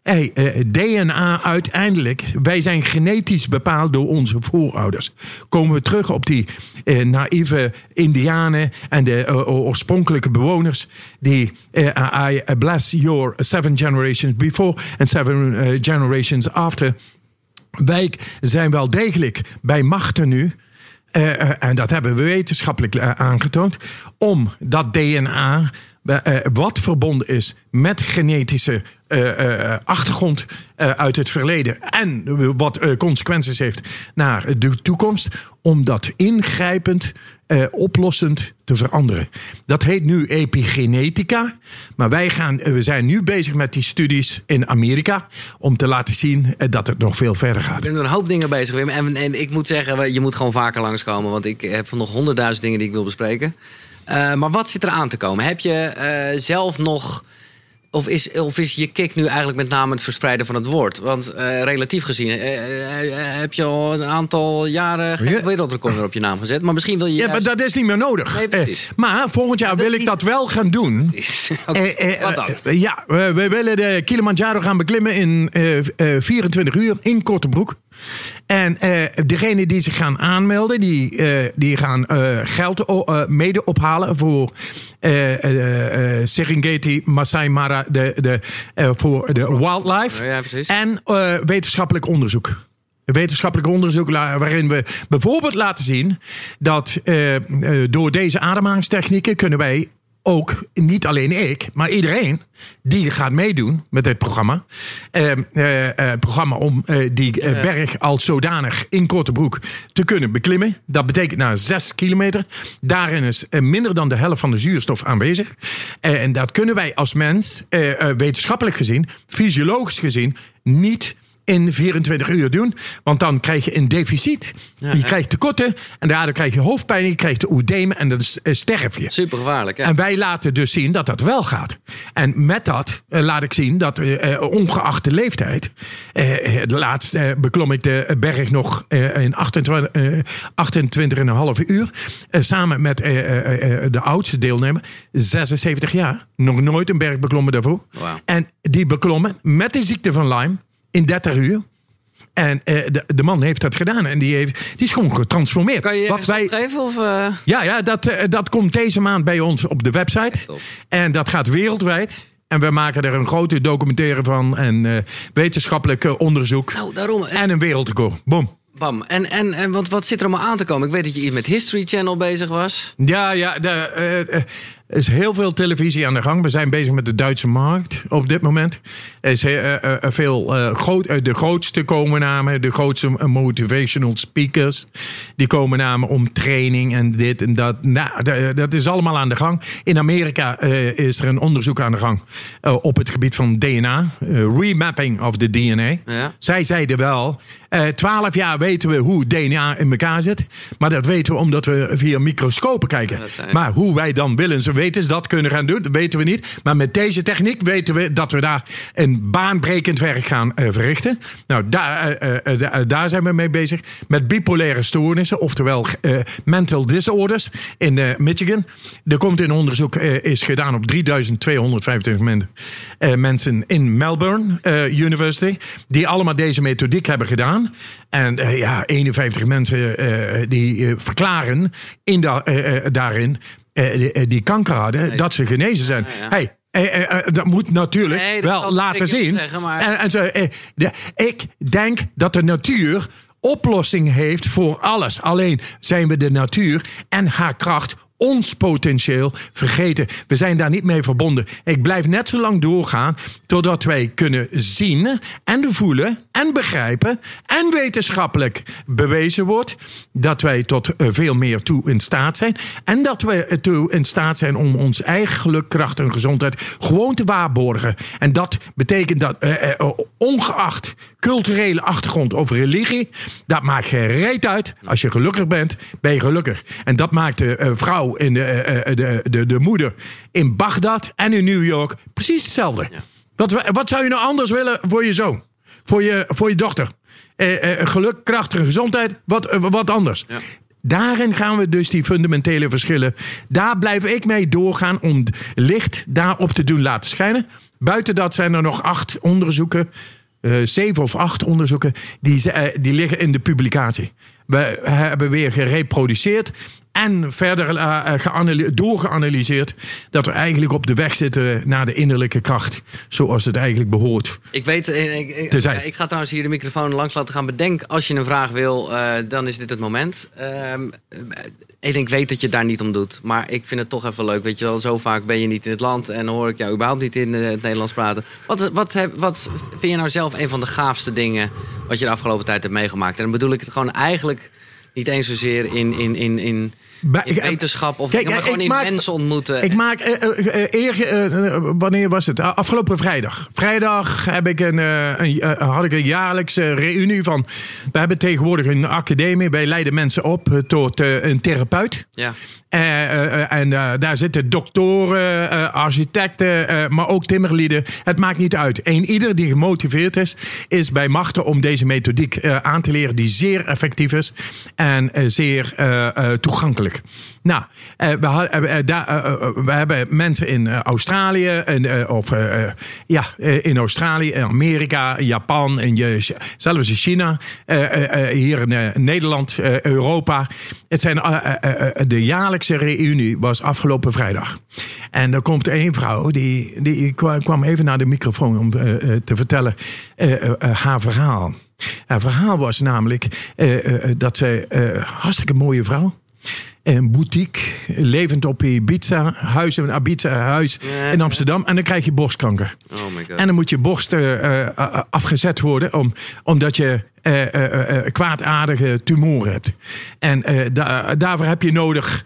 DNA uiteindelijk, wij zijn genetisch bepaald door onze voorouders. Komen we terug op die naïeve Indianen en de oorspronkelijke bewoners die I bless your 7 generations before and 7 generations after. Wij zijn wel degelijk bij machten nu. En dat hebben we wetenschappelijk aangetoond. Om dat DNA... wat verbonden is met genetische achtergrond uit het verleden. En wat consequenties heeft naar de toekomst. Om dat ingrijpend, oplossend te veranderen. Dat heet nu epigenetica. Maar we zijn nu bezig met die studies in Amerika. Om te laten zien dat het nog veel verder gaat. Ik ben er een hoop dingen bezig, Wim. En ik moet zeggen, je moet gewoon vaker langskomen. Want ik heb nog 100.000 dingen die ik wil bespreken. Maar wat zit er aan te komen? Heb je zelf nog... Of is je kick nu eigenlijk met name het verspreiden van het woord? Want relatief gezien heb je al een aantal jaren geen wereldrecord op je naam gezet. Maar misschien wil je... Ja, maar dat is niet meer nodig. Nee, precies. Maar volgend jaar wil ik dat wel gaan doen. Wat dan? We willen de Kilimanjaro gaan beklimmen in 24 uur in korte broek. En degenen die zich gaan aanmelden, die gaan geld mede ophalen voor Serengeti, Masai Mara, voor de wildlife. Ja, precies. En wetenschappelijk onderzoek. Wetenschappelijk onderzoek waarin we bijvoorbeeld laten zien dat door deze ademhalingstechnieken kunnen wij ook, niet alleen ik, maar iedereen die gaat meedoen met dit programma. Programma om die berg als zodanig in korte broek te kunnen beklimmen. Dat betekent na 6 kilometer. Daarin is minder dan de helft van de zuurstof aanwezig. En dat kunnen wij als mens, wetenschappelijk gezien, fysiologisch gezien, niet in 24 uur doen. Want dan krijg je een deficit. Je krijgt tekorten. En daardoor krijg je hoofdpijn. Je krijgt de oedeem. En dan sterf je. Super gevaarlijk. Ja. En wij laten dus zien dat dat wel gaat. En met dat laat ik zien dat ongeacht de leeftijd. Laatst beklom ik de berg nog in 28,5 uur. Samen met de oudste deelnemer. 76 jaar. Nog nooit een berg beklommen daarvoor. Wow. En die beklommen met de ziekte van Lyme. In 30 uur. En de man heeft dat gedaan. En die is gewoon getransformeerd. Kan je geven? Of, Ja, dat komt deze maand bij ons op de website. Top. En dat gaat wereldwijd. En we maken er een grote documentaire van. En wetenschappelijk onderzoek. Nou, daarom. En een wereldrecord. Boom. Bam. En wat zit er allemaal aan te komen? Ik weet dat je iets met History Channel bezig was. Ja, er is heel veel televisie aan de gang. We zijn bezig met de Duitse markt op dit moment. Er is de grootste komen namen. De grootste motivational speakers. Die komen namen om training en dit en dat. Nou, dat is allemaal aan de gang. In Amerika is er een onderzoek aan de gang. Op het gebied van DNA. Remapping of the DNA. Ja. Zij zeiden wel... 12 jaar weten we hoe DNA in elkaar zit. Maar dat weten we omdat we via microscopen kijken. Maar hoe wij dan willens en weten ze dat kunnen gaan doen. Dat weten we niet. Maar met deze techniek weten we dat we daar een baanbrekend werk gaan verrichten. Nou, daar zijn we mee bezig. Met bipolaire stoornissen, oftewel mental disorders in Michigan. Er komt een onderzoek, is gedaan op 3225 mensen in Melbourne University. Die allemaal deze methodiek hebben gedaan. En 51 mensen die verklaren daarin die kanker hadden, dat ze genezen zijn. Ja. Hey, dat moet natuurlijk wel laten zien. Zeggen, maar... ik denk dat de natuur oplossing heeft voor alles. Alleen zijn we de natuur en haar kracht, ons potentieel, vergeten. We zijn daar niet mee verbonden. Ik blijf net zo lang doorgaan totdat wij kunnen zien en voelen en begrijpen en wetenschappelijk bewezen wordt dat wij tot veel meer toe in staat zijn. En dat we toe in staat zijn om ons eigen geluk, kracht en gezondheid gewoon te waarborgen. En dat betekent dat ongeacht culturele achtergrond of religie, dat maakt geen reet uit. Als je gelukkig bent, ben je gelukkig. En dat maakt de vrouw en de moeder in Bagdad en in New York precies hetzelfde. Ja. Wat zou je nou anders willen voor je zoon? Voor je dochter? Geluk, kracht en gezondheid? Wat anders? Ja. Daarin gaan we dus die fundamentele verschillen. Daar blijf ik mee doorgaan om licht daarop te doen laten schijnen. Buiten dat zijn er nog 8 onderzoeken. 7 of 8 onderzoeken die liggen in de publicatie. We hebben weer gereproduceerd en verder doorgeanalyseerd dat we eigenlijk op de weg zitten naar de innerlijke kracht. Zoals het eigenlijk behoort. Ik weet, ik ga trouwens hier de microfoon langs laten gaan. Bedenk, als je een vraag wil, dan is dit het moment. Ik weet dat je het daar niet om doet. Maar ik vind het toch even leuk. Weet je wel, zo vaak ben je niet in het land en dan hoor ik jou überhaupt niet in het Nederlands praten. Wat vind je nou zelf een van de gaafste dingen wat je de afgelopen tijd hebt meegemaakt? En dan bedoel ik het gewoon eigenlijk niet eens zozeer in wetenschap of maar gewoon in mensen ontmoeten. Ik maak wanneer was het? Afgelopen vrijdag. Vrijdag had ik een jaarlijkse reunie van. We hebben tegenwoordig een academie. Wij leiden mensen op tot een therapeut. Ja. En daar zitten doktoren, architecten, maar ook timmerlieden. Het maakt niet uit. Ieder die gemotiveerd is bij machten om deze methodiek aan te leren, die zeer effectief is en zeer toegankelijk. Nou, we hebben mensen in Australië, in Australië, in Amerika, Japan, zelfs in China, hier in Nederland, Europa. Het zijn de jaarlijkse reunie was afgelopen vrijdag. En er komt een vrouw die kwam even naar de microfoon om te vertellen haar verhaal. Haar verhaal was namelijk dat zij hartstikke mooie vrouw. Een boutique, levend op Ibiza, huis in Amsterdam. En dan krijg je borstkanker. Oh my God. En dan moet je borst afgezet worden omdat je kwaadaardige tumoren hebt. En daarvoor heb je nodig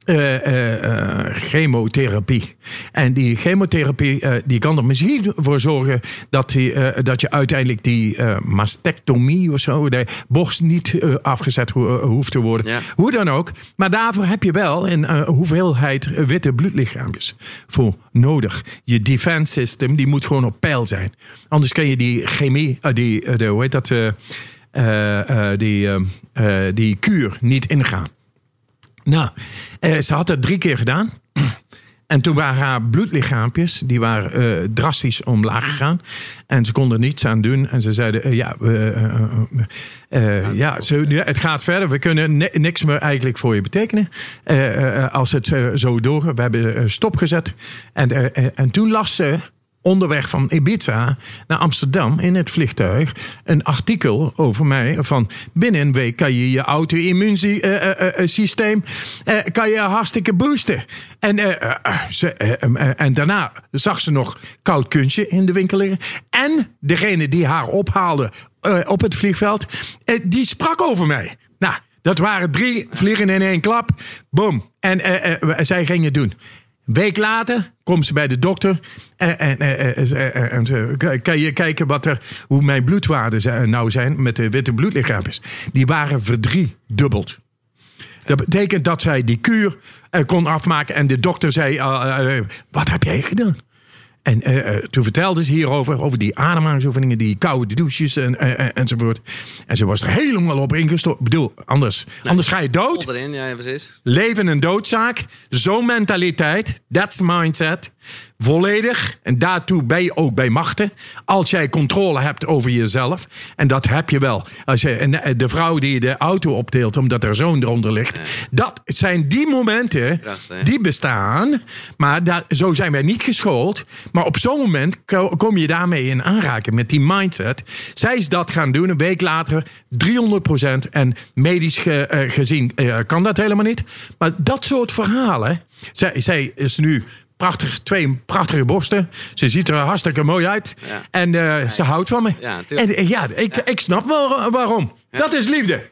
chemotherapie. En die chemotherapie die kan er misschien voor zorgen dat je uiteindelijk die mastectomie of zo, de borst niet afgezet hoeft te worden. Ja. Hoe dan ook. Maar daarvoor heb je wel een hoeveelheid witte bloedlichaampjes voor nodig. Je defense system die moet gewoon op peil zijn. Anders kan je die chemie, die kuur niet ingaan. Nou, ze had het 3 keer gedaan. En toen waren haar bloedlichaampjes, die waren drastisch omlaag gegaan. En ze konden er niets aan doen. En ze zeiden, het gaat verder. We kunnen niks meer eigenlijk voor je betekenen. Als het zo doorgaat. We hebben stopgezet. En toen las ze onderweg van Ibiza naar Amsterdam in het vliegtuig een artikel over mij van binnen een week kan je auto-immuunsysteem kan je hartstikke boosten. En daarna zag ze nog koud kunstje in de winkel liggen. En degene die haar ophaalde op het vliegveld, die sprak over mij. Nou, dat waren 3 vliegen in 1 klap. Boom. En zij ging het doen. Week later komt ze bij de dokter en kan je kijken hoe mijn bloedwaarden nou zijn met de witte bloedlichaampjes. Die waren verdriedubbeld. Dat betekent dat zij die kuur kon afmaken. En de dokter zei, wat heb jij gedaan? En toen vertelde ze hierover, over die ademhalingsoefeningen, die koude douches enzovoort. En ze was er helemaal op ingestort. Ik bedoel, anders ga je dood. Erin, ja, precies. Leven en doodzaak. Zo'n mentaliteit, that's mindset. Volledig. En daartoe ben je ook bij machten. Als jij controle hebt over jezelf. En dat heb je wel. Als je, de vrouw die de auto opteelt omdat er zoon eronder ligt. Ja. Dat zijn die momenten die bestaan. Maar zo zijn wij niet geschoold. Maar op zo'n moment kom je daarmee in aanraking met die mindset. Zij is dat gaan doen. Een week later 300%. En medisch gezien kan dat helemaal niet. Maar dat soort verhalen. Zij is nu... twee prachtige borsten. Ze ziet er hartstikke mooi uit. Ja. En ze houdt van me. Ja, ik snap wel waarom. Ja. Dat is liefde.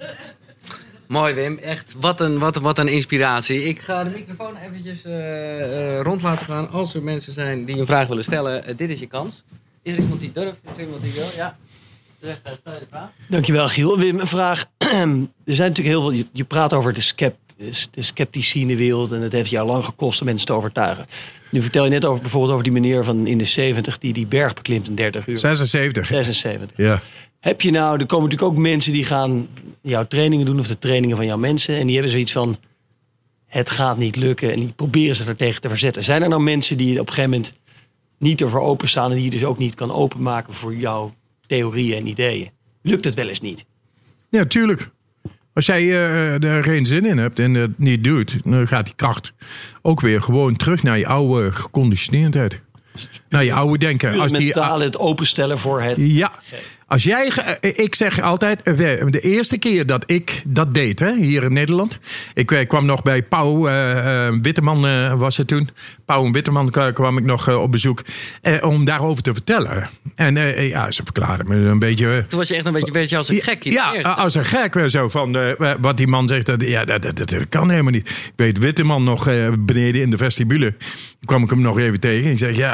Mooi, Wim. Echt, wat een inspiratie. Ik ga de microfoon eventjes rond laten gaan. Als er mensen zijn die een vraag willen stellen, dit is je kans. Is er iemand die durft? Is er iemand die wil? Ja. Zeg, stel je de vraag. Dankjewel, Giel. Wim, een vraag. Er zijn natuurlijk heel veel... Je praat over de sceptici in de wereld. En het heeft jou lang gekost om mensen te overtuigen. Nu vertel je net bijvoorbeeld over die meneer van in de 70... die berg beklimt in 30 uur. 76. Ja. Heb je nou... Er komen natuurlijk ook mensen die gaan jouw trainingen doen... of de trainingen van jouw mensen. En die hebben zoiets van... Het gaat niet lukken. En die proberen zich er tegen te verzetten. Zijn er nou mensen die op een gegeven moment... niet ervoor openstaan... en die je dus ook niet kan openmaken voor jouw theorieën en ideeën? Lukt het wel eens niet? Ja, tuurlijk. Als jij er geen zin in hebt en het niet doet... dan gaat die kracht ook weer gewoon terug naar je oude geconditioneerdheid. Naar je oude denken. Als mentaal het openstellen voor het... Ja. Als jij, ik zeg altijd, de eerste keer dat ik dat deed, hè, hier in Nederland. Ik kwam nog bij Pauw Witteman, was het toen. Pauw en Witteman kwam ik nog op bezoek om daarover te vertellen. En ze verklaarden me een beetje... Toen was je echt een beetje als een gek. Ja, als een gek. Zo van wat die man zegt, dat kan helemaal niet. Ik weet Witteman nog beneden in de vestibule. Kwam ik hem nog even tegen. Ik zeg,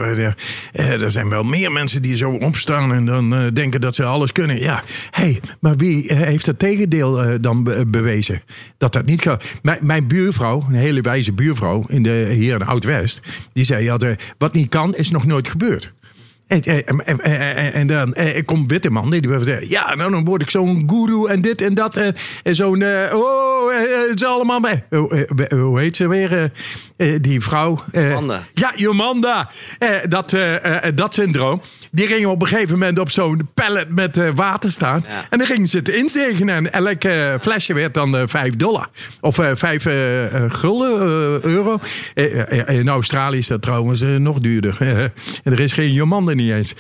er zijn wel meer mensen die zo opstaan en dan denken dat ze alles kunnen. Ja, maar wie heeft het tegendeel dan bewezen? Dat niet kan. Mijn buurvrouw, een hele wijze buurvrouw hier in Oud-West, die zei, wat niet kan, is nog nooit gebeurd. En dan komt Witteman, die wil zeggen, ja, nou dan word ik zo'n guru en dit en dat. En zo'n, het is allemaal bij. Hoe heet ze weer? Die vrouw. Jomanda. Ja, Jomanda. Dat syndroom. Die gingen op een gegeven moment op zo'n pallet met water staan. Ja. En dan gingen ze het inzegenen. En elk flesje werd dan $5. Of 5 gulden, euro. In Australië is dat trouwens nog duurder. Er is geen Jomanda niet eens.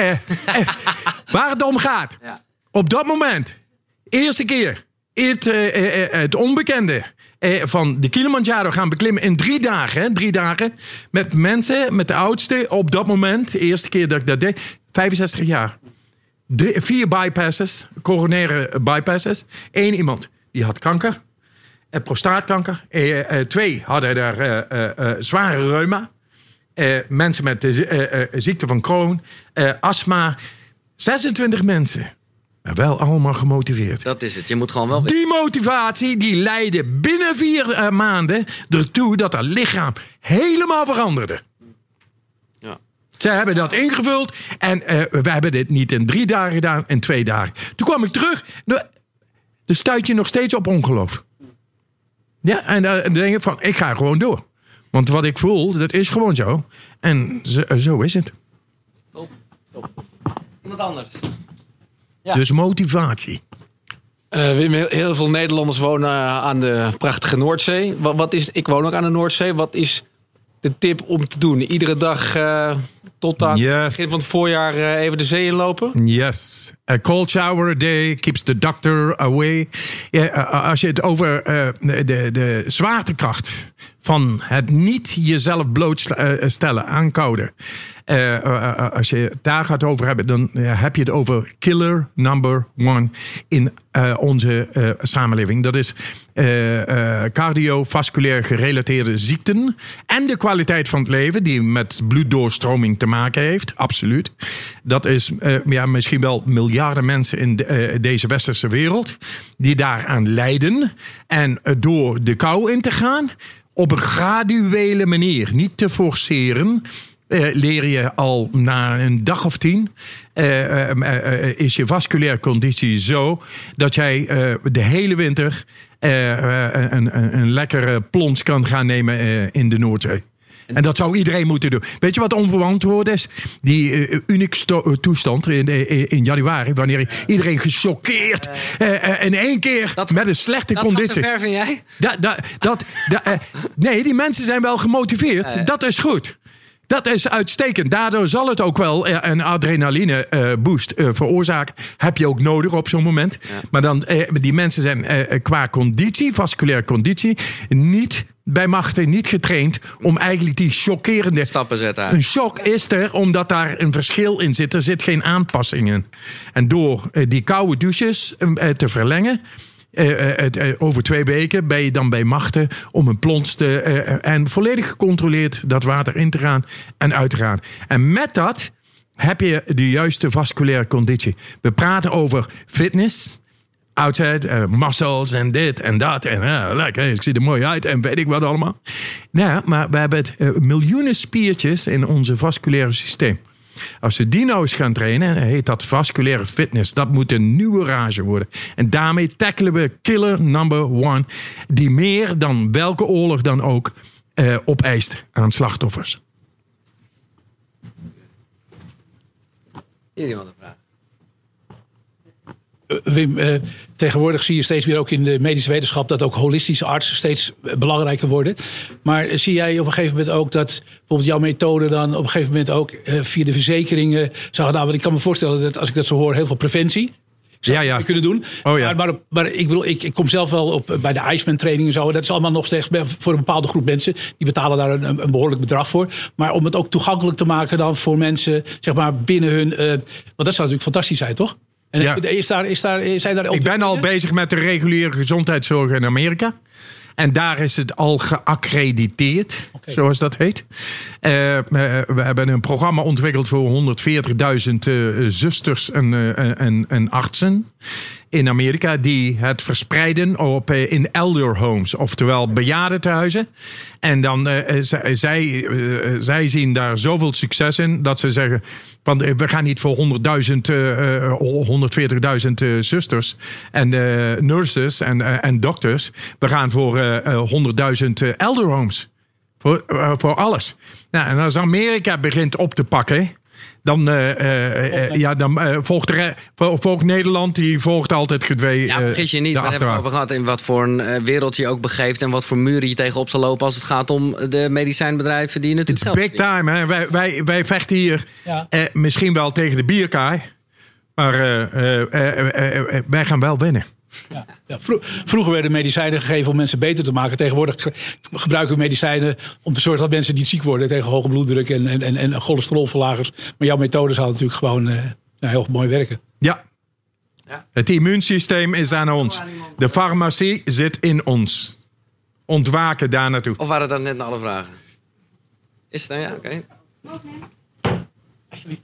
Waar het om gaat. Ja. Op dat moment. Eerste keer. Het onbekende. Van de Kilimanjaro gaan beklimmen in 3 dagen. Hè, 3 dagen. Met mensen, met de oudste. Op dat moment, de eerste keer dat ik dat deed. 65 jaar. 4 bypasses. Coronaire bypasses. 1 iemand die had kanker. Prostaatkanker. 2 hadden daar zware reuma. Mensen met de ziekte van Crohn. Astma. 26 mensen. Maar wel allemaal gemotiveerd. Dat is het. Je moet gewoon wel... Die motivatie die leidde binnen 4 maanden ertoe dat het lichaam helemaal veranderde. Ja. Ze hebben dat ingevuld en we hebben dit niet in 3 dagen gedaan, in 2 dagen. Toen kwam ik terug. Dan stuit je nog steeds op ongeloof. Ja, en dan denk ik van, ik ga gewoon door. Want wat ik voel, dat is gewoon zo. En zo is het. Top. Iemand anders? Ja. Dus motivatie. Heel veel Nederlanders wonen aan de prachtige Noordzee. Ik woon ook aan de Noordzee. Wat is de tip om te doen? Iedere dag tot aan het begin van het voorjaar even de zee inlopen? Yes. A cold shower a day keeps the doctor away. Als je het over de zwaartekracht van het niet jezelf blootstellen aan koude. Als je het daar gaat over hebben, dan heb je het over killer number 1 in onze samenleving. Dat is cardiovasculair gerelateerde ziekten en de kwaliteit van het leven die met bloeddoorstroming te maken heeft. Absoluut. Dat is misschien wel miljarden mensen in deze westerse wereld die daaraan lijden. En door de kou in te gaan op een graduele manier, niet te forceren, leer je al na een dag of 10... is je vasculaire conditie zo dat jij de hele winter een lekkere plons kan gaan nemen in de Noordzee. En dat zou iedereen moeten doen. Weet je wat onverantwoord is? Die unieke toestand in januari, wanneer iedereen gechoqueerd in één keer met een slechte conditie. Dat gaat te ver, vind jij? Nee, die mensen zijn wel gemotiveerd. Dat is goed. Dat is uitstekend. Daardoor zal het ook wel een adrenaline boost veroorzaken. Heb je ook nodig op zo'n moment. Ja. Maar dan, die mensen zijn qua conditie, vasculaire conditie, niet bij machten, niet getraind om eigenlijk die chockerende stappen te zetten. Een shock is er omdat daar een verschil in zit. Er zit geen aanpassing in. En door die koude douches te verlengen, over 2 weken ben je dan bij machten om een plons en volledig gecontroleerd dat water in te gaan en uit te gaan. En met dat heb je de juiste vasculaire conditie. We praten over fitness, outside, muscles en dit en dat. En lekker, ik zie er mooi uit en weet ik wat allemaal. Nou, maar we hebben miljoenen spiertjes in onze vasculaire systeem. Als we die nou eens gaan trainen, heet dat vasculaire fitness. Dat moet een nieuwe rage worden. En daarmee tackelen we killer number 1... die meer dan welke oorlog dan ook opeist aan slachtoffers. Hier iemand een vraag. Wim, tegenwoordig zie je steeds weer ook in de medische wetenschap dat ook holistische artsen steeds belangrijker worden. Maar zie jij op een gegeven moment ook dat bijvoorbeeld jouw methode dan op een gegeven moment ook via de verzekeringen zou gedaan? Want ik kan me voorstellen dat als ik dat zo hoor, heel veel preventie zou kunnen doen. Oh, ja. Maar ik bedoel, ik kom zelf wel op bij de Iceman training en zo. Dat is allemaal nog steeds voor een bepaalde groep mensen. Die betalen daar een behoorlijk bedrag voor. Maar om het ook toegankelijk te maken dan voor mensen, zeg maar binnen hun. Want dat zou natuurlijk fantastisch zijn, toch? En zijn daar ik ben al bezig met de reguliere gezondheidszorg in Amerika. En daar is het al geaccrediteerd, zoals dat heet. We hebben een programma ontwikkeld voor 140.000 zusters en artsen in Amerika die het verspreiden in elder homes, oftewel bejaardentehuizen. En dan zij zien daar zoveel succes in dat ze zeggen, want we gaan niet voor 140.000 zusters en nurses en dokters. We gaan voor 100.000 elder homes. Voor alles. Nou, en als Amerika begint op te pakken, dan volgt Nederland, die volgt altijd gedwee. Ja, vergis je niet. We hebben het over gehad in wat voor een wereld je ook begeeft en wat voor muren je tegenop zal lopen als het gaat om de medicijnbedrijven die natuurlijk geld big time, hè? Wij vechten hier misschien wel tegen de bierkaai, maar wij gaan wel winnen. Ja. Vroeger werden medicijnen gegeven om mensen beter te maken. Tegenwoordig gebruiken we medicijnen om te zorgen dat mensen niet ziek worden tegen hoge bloeddruk en cholesterolverlagers. Maar jouw methode zou natuurlijk gewoon heel mooi werken. Ja. Het immuunsysteem is aan ons. De farmacie zit in ons. Ontwaken daar naartoe. Of waren dat net alle vragen? Is het nou ja? Oké. Alsjeblieft.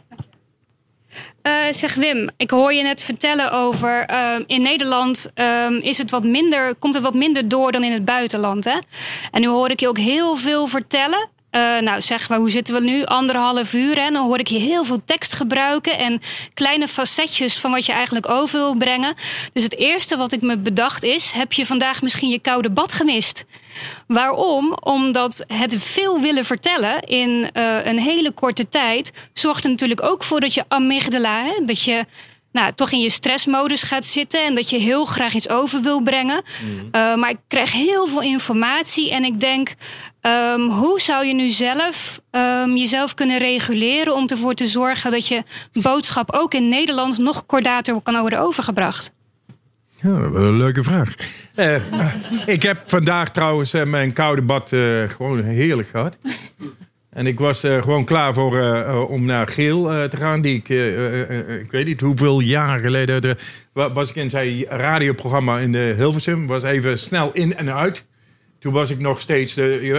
Zeg Wim, ik hoor je net vertellen over in Nederland komt het wat minder door dan in het buitenland. Hè? En nu hoor ik je ook heel veel vertellen. Zeg maar, hoe zitten we nu? 1,5 uur. En dan hoor ik je heel veel tekst gebruiken en kleine facetjes van wat je eigenlijk over wil brengen. Dus het eerste wat ik me bedacht is, heb je vandaag misschien je koude bad gemist? Waarom? Omdat het veel willen vertellen in een hele korte tijd zorgt er natuurlijk ook voor dat je amygdala, dat je toch in je stressmodus gaat zitten en dat je heel graag iets over wil brengen. Maar ik krijg heel veel informatie en ik denk, hoe zou je nu zelf jezelf kunnen reguleren om ervoor te zorgen dat je boodschap ook in Nederland nog kordater kan worden overgebracht? Ja, een leuke vraag. Ik heb vandaag trouwens mijn koude bad gewoon heerlijk gehad. En ik was gewoon klaar om naar Geel te gaan. Die ik weet niet hoeveel jaar geleden... was ik in zijn radioprogramma in Hilversum. Was even snel in en uit. Toen was ik nog steeds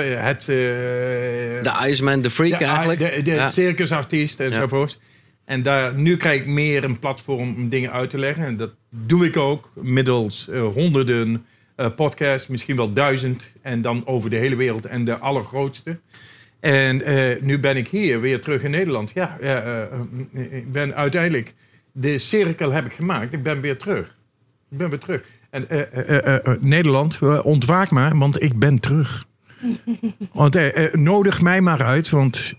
de Iceman, de freak eigenlijk. De circusartiest enzovoort. En nu krijg ik meer een platform om dingen uit te leggen. En dat doe ik ook middels honderden podcasts. Misschien wel 1000. En dan over de hele wereld. En de allergrootste. En nu ben ik hier weer terug in Nederland. Ik ben uiteindelijk... De cirkel heb ik gemaakt. Ik ben weer terug. En Nederland, ontwaak maar, want ik ben terug. Want nodig mij maar uit, want...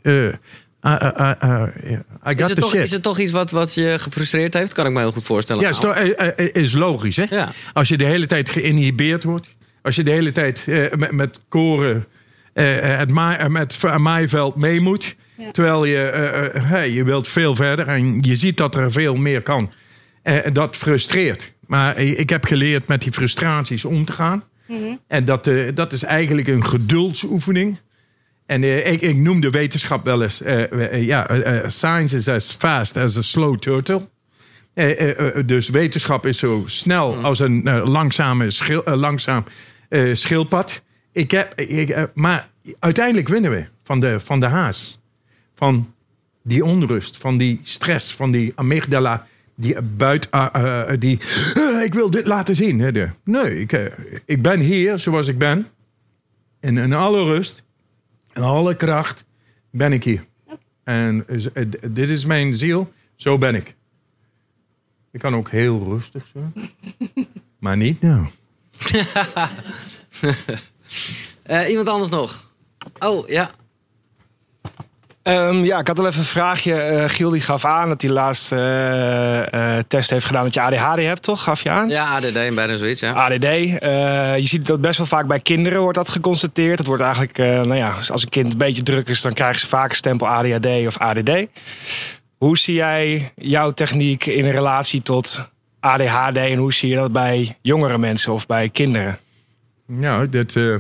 Is het toch iets wat je gefrustreerd heeft? Kan ik me heel goed voorstellen. Ja, is logisch, hè? Ja. Als je de hele tijd geïnhibeerd wordt. Als je de hele tijd met koren... met maaiveld mee moet. Ja. Terwijl je wilt veel verder. En je ziet dat er veel meer kan. Dat frustreert. Maar ik heb geleerd met die frustraties om te gaan. Mm-hmm. En dat is eigenlijk een geduldsoefening. En ik noem de wetenschap wel eens... science is as fast as a slow turtle. Dus wetenschap is zo snel als een langzaam schildpad. Maar uiteindelijk winnen we van de haas. Van die onrust, van die stress, van die amygdala... ik wil dit laten zien. Nee, ik ben hier zoals ik ben. En in alle rust, in alle kracht ben ik hier. En dit is mijn ziel, zo ben ik. Ik kan ook heel rustig zijn. Maar niet nou. Iemand anders nog? Oh, ja. Ik had al even een vraagje. Giel die gaf aan dat hij laatst test heeft gedaan dat je ADHD hebt, toch? Gaf je aan? Ja, ADD en bijna zoiets, ja. ADD. Je ziet dat best wel vaak bij kinderen wordt dat geconstateerd. Het wordt eigenlijk, als een kind een beetje druk is... dan krijgen ze vaak een stempel ADHD of ADD. Hoe zie jij jouw techniek in relatie tot ADHD... en hoe zie je dat bij jongere mensen of bij kinderen? Nou,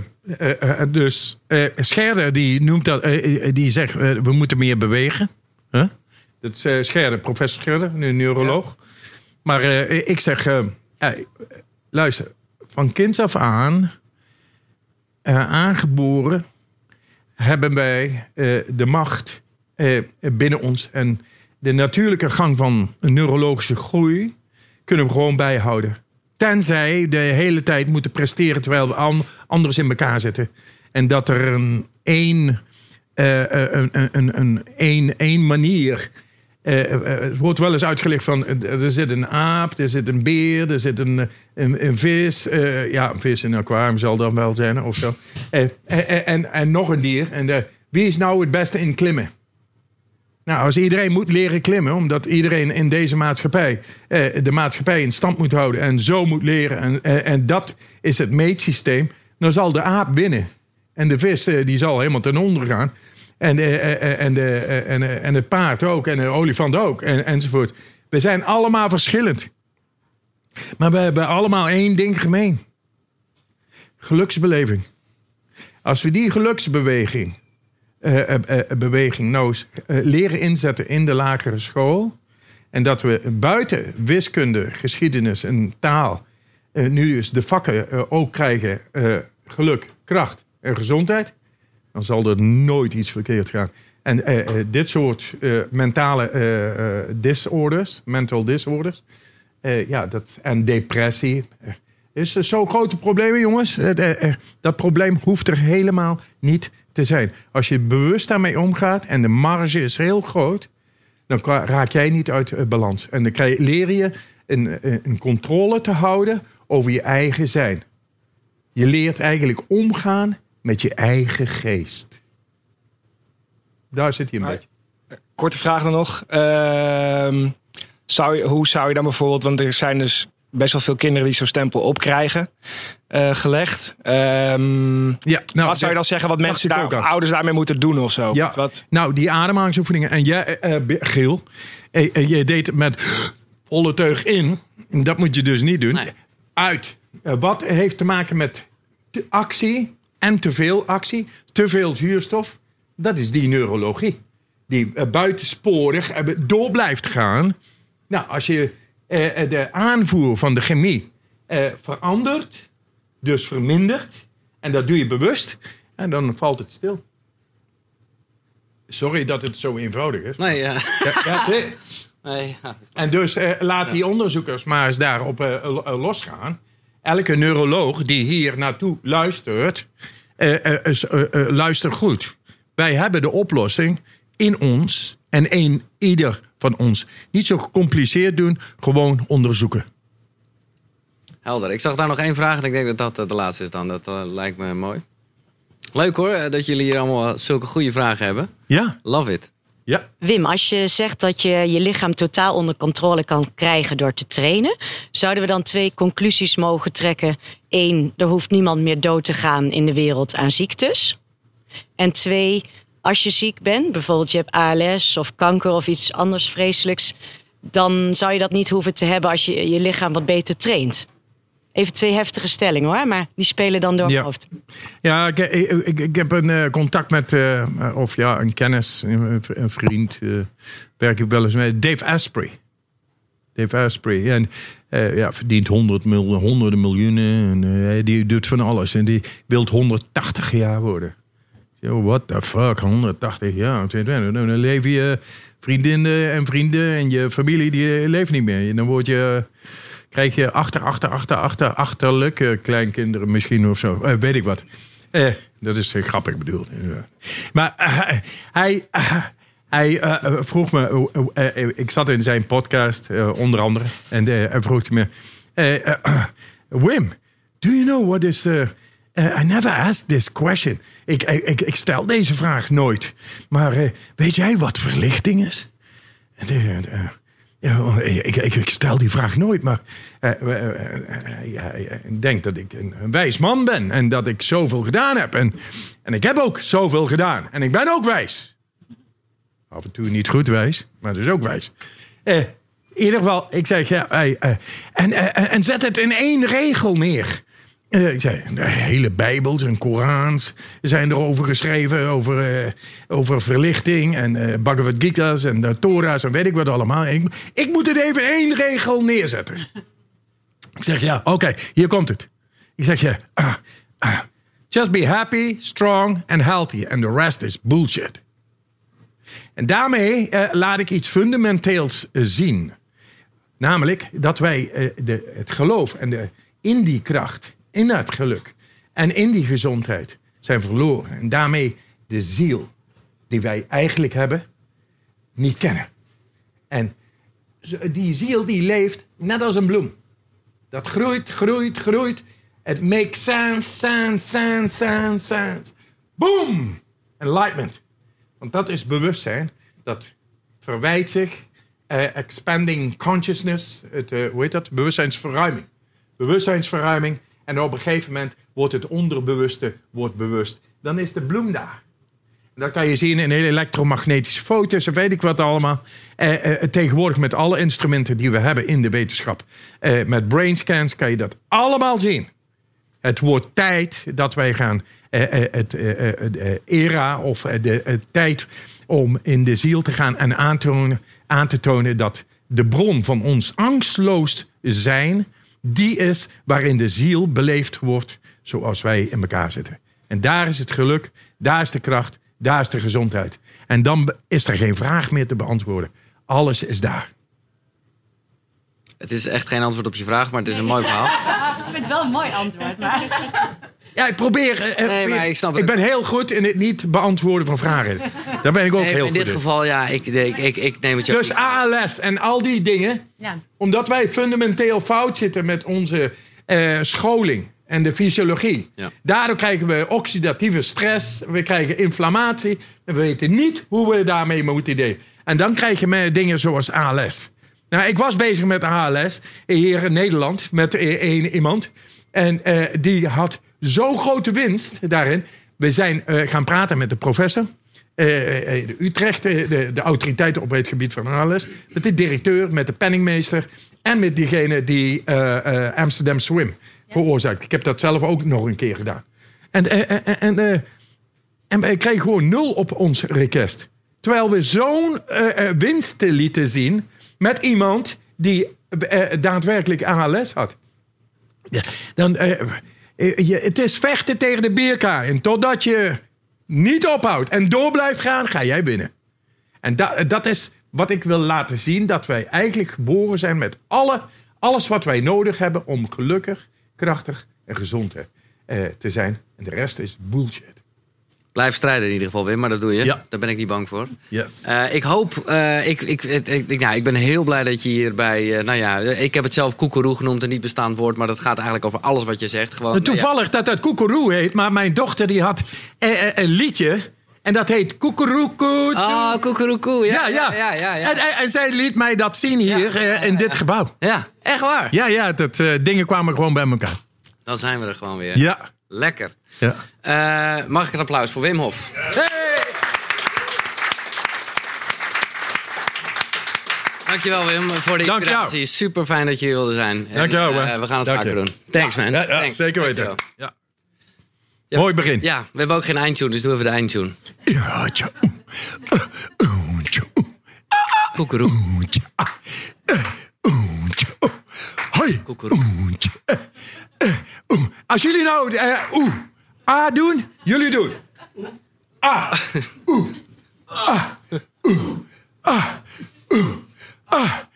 Scherder die noemt dat, die zegt we moeten meer bewegen. Huh? Dat is Scherder, professor Scherder, een neuroloog. Ja. Maar ik zeg, luister, van kinds af aan, aangeboren, hebben wij de macht binnen ons. En de natuurlijke gang van neurologische groei kunnen we gewoon bijhouden. Tenzij de hele tijd moeten presteren terwijl we anders in elkaar zitten. En dat er een manier... het wordt wel eens uitgelegd van... er zit een aap, er zit een beer, er zit een vis. Een vis in een aquarium zal dan wel zijn of zo. En nog een dier. En wie is nou het beste in klimmen? Nou, als iedereen moet leren klimmen... omdat iedereen in deze maatschappij... de maatschappij in stand moet houden... en zo moet leren... en dat is het meetsysteem... dan zal de aap winnen. En de vis die zal helemaal ten onder gaan. En het paard ook. En de olifant ook. Enzovoort. We zijn allemaal verschillend. Maar we hebben allemaal één ding gemeen. Geluksbeleving. Als we die geluksbeweging... leren inzetten in de lagere school. En dat we buiten wiskunde, geschiedenis en taal... nu dus de vakken ook krijgen geluk, kracht en gezondheid... dan zal er nooit iets verkeerd gaan. En dit soort mentale disorders, mental disorders... en depressie... is zo'n grote probleem, jongens. Dat probleem hoeft er helemaal niet te zijn. Als je bewust daarmee omgaat en de marge is heel groot... dan raak jij niet uit balans. En dan leer je een controle te houden over je eigen zijn. Je leert eigenlijk omgaan met je eigen geest. Daar zit hij een beetje. Korte vraag dan nog. Hoe zou je dan bijvoorbeeld... want er zijn dus... best wel veel kinderen die zo'n stempel opkrijgen gelegd. Wat zou je dan zeggen wat mensen daar, of ouders daarmee moeten doen of zo? Ja, nou, die ademhalingsoefeningen. En jij, Giel, je deed het met volle teug in. Dat moet je dus niet doen. Nee. Uit. Wat heeft te maken met actie en te veel actie? Te veel zuurstof Dat is die neurologie. Die buitensporig door blijft gaan. Nou, als je de aanvoer van de chemie verandert, dus vermindert, en dat doe je bewust, en dan valt het stil. Sorry dat het zo eenvoudig is. Nee, ja. That's it. Nee, ja. En dus laat die onderzoekers maar eens daarop losgaan. Elke neuroloog die hier naartoe luistert, luister goed. Wij hebben de oplossing in ons en ieder van ons. Niet zo gecompliceerd doen, gewoon onderzoeken. Helder. Ik zag daar nog één vraag en ik denk dat dat de laatste is dan. Dat lijkt me mooi. Leuk hoor, dat jullie hier allemaal zulke goede vragen hebben. Ja. Love it. Ja. Wim, als je zegt dat je je lichaam totaal onder controle kan krijgen door te trainen, zouden we dan 2 conclusies mogen trekken? 1, er hoeft niemand meer dood te gaan in de wereld aan ziektes. En 2, als je ziek bent, bijvoorbeeld je hebt ALS of kanker of iets anders vreselijks, dan zou je dat niet hoeven te hebben als je je lichaam wat beter traint. Even 2 heftige stellingen hoor, maar die spelen dan door mijn hoofd. Ja, ik heb een contact met, een kennis, een vriend, werk ik wel eens mee, Dave Asprey. Dave Asprey, en verdient honderden miljoenen, en die doet van alles. En die wil 180 jaar worden. What the fuck, 180 jaar? Dan leven je vriendinnen en vrienden en je familie, die leven niet meer. Dan krijg je achterlijke kleinkinderen misschien of zo. Weet ik wat. Dat is grappig bedoeld. Maar hij vroeg me... ik zat in zijn podcast, onder andere. En hij vroeg me... Wim, do you know what is... I never asked this question. Ik stel deze vraag nooit. Maar weet jij wat verlichting is? Ik stel die vraag nooit, maar ik denk dat ik een wijs man ben en dat ik zoveel gedaan heb. En ik heb ook zoveel gedaan. En ik ben ook wijs. Af en toe niet goed wijs, maar dus ook wijs. In ieder geval, ik zeg, en zet het in 1 regel neer. Ik zei, de hele Bijbels en Korans zijn erover geschreven, over verlichting en Bhagavad Gita's en de Torah's en weet ik wat allemaal. Ik moet het even 1 regel neerzetten. Ik zeg, oké, hier komt het. Ik zeg, just be happy, strong and healthy and the rest is bullshit. En daarmee laat ik iets fundamenteels zien. Namelijk dat wij het geloof en in die kracht, in het geluk en in die gezondheid zijn verloren. En daarmee de ziel die wij eigenlijk hebben, niet kennen. En die ziel die leeft net als een bloem. Dat groeit. Het makes sense. Boom! Enlightenment. Want dat is bewustzijn. Dat verwijt zich. Expanding consciousness. Bewustzijnsverruiming. En op een gegeven moment wordt het onderbewuste bewust. Dan is de bloem daar. En dat kan je zien in hele elektromagnetische foto's en weet ik wat allemaal. Tegenwoordig met alle instrumenten die we hebben in de wetenschap. Met brainscans kan je dat allemaal zien. Het wordt tijd dat wij gaan... era of de tijd om in de ziel te gaan en aan te tonen dat de bron van ons angstloos zijn... die is waarin de ziel beleefd wordt zoals wij in elkaar zitten. En daar is het geluk, daar is de kracht, daar is de gezondheid. En dan is er geen vraag meer te beantwoorden. Alles is daar. Het is echt geen antwoord op je vraag, maar het is een mooi verhaal. Ik vind het wel een mooi antwoord, maar... Ja, ik probeer... maar ik snap het. Ik ben heel goed in het niet beantwoorden van vragen. Daar ben ik ook heel goed in. In dit geval, ik neem het je... Dus ALS en al die dingen... Ja. Omdat wij fundamenteel fout zitten met onze scholing en de fysiologie. Ja. Daardoor krijgen we oxidatieve stress. We krijgen inflammatie. En we weten niet hoe we daarmee moeten delen. En dan krijg je dingen zoals ALS. Nou, ik was bezig met ALS hier in Nederland. Met iemand. En die had zo'n grote winst daarin. We zijn gaan praten met de professor. Utrecht, de autoriteiten op het gebied van ALS. Met de directeur, met de penningmeester. En met diegene die Amsterdam Swim veroorzaakt. Ik heb dat zelf ook nog een keer gedaan. En En wij kregen gewoon 0 op ons request. Terwijl we zo'n winst lieten zien met iemand die daadwerkelijk ALS had. Ja, dan, het is vechten tegen de bierkaai. En totdat je niet ophoudt en door blijft gaan, ga jij winnen. En dat is wat ik wil laten zien. Dat wij eigenlijk geboren zijn met alles wat wij nodig hebben om gelukkig, krachtig en gezond te zijn. En de rest is bullshit. Blijf strijden in ieder geval, Wim, maar dat doe je. Ja. Daar ben ik niet bang voor. Yes. Ik hoop... ik ben heel blij dat je hierbij... ik heb het zelf koekeroe genoemd, een niet bestaand woord... maar dat gaat eigenlijk over alles wat je zegt. Gewoon, toevallig dat het koekeroe heet... maar mijn dochter die had een liedje... en dat heet koekeroekoe. Oh, koekeroekoe. Ja. En zij liet mij dat zien hier in dit gebouw. Ja, echt waar? Ja, dingen kwamen gewoon bij elkaar. Dan zijn we er gewoon weer. Ja. Lekker. Ja. Mag ik een applaus voor Wim Hof? Hey! Dankjewel, Wim, voor de inspiratie. Super fijn dat je hier wilde zijn. Dankjewel. We gaan het vaker doen. Thanks, man. Ja, Thanks. zeker weten. Ja. Mooi begin. Ja, we hebben ook geen eindtune, dus doe even de eindtune. Koekeroe. Koekeroe. Als jullie nou A doen, jullie doen. A. A. A. A.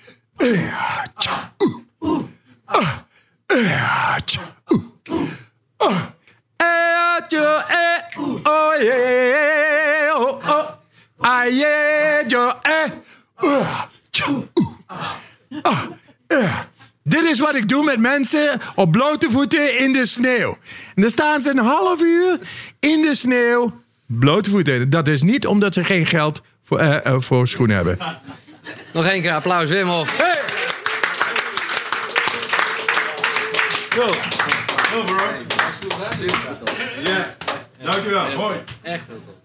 Dit is wat ik doe met mensen op blote voeten in de sneeuw. En dan staan ze een half uur in de sneeuw, blote voeten. Dat is niet omdat ze geen geld voor schoenen hebben. Nog één keer applaus, Wim Hof. Hey! Go. Go, bro. Ja, dankjewel. Mooi. Echt heel tof.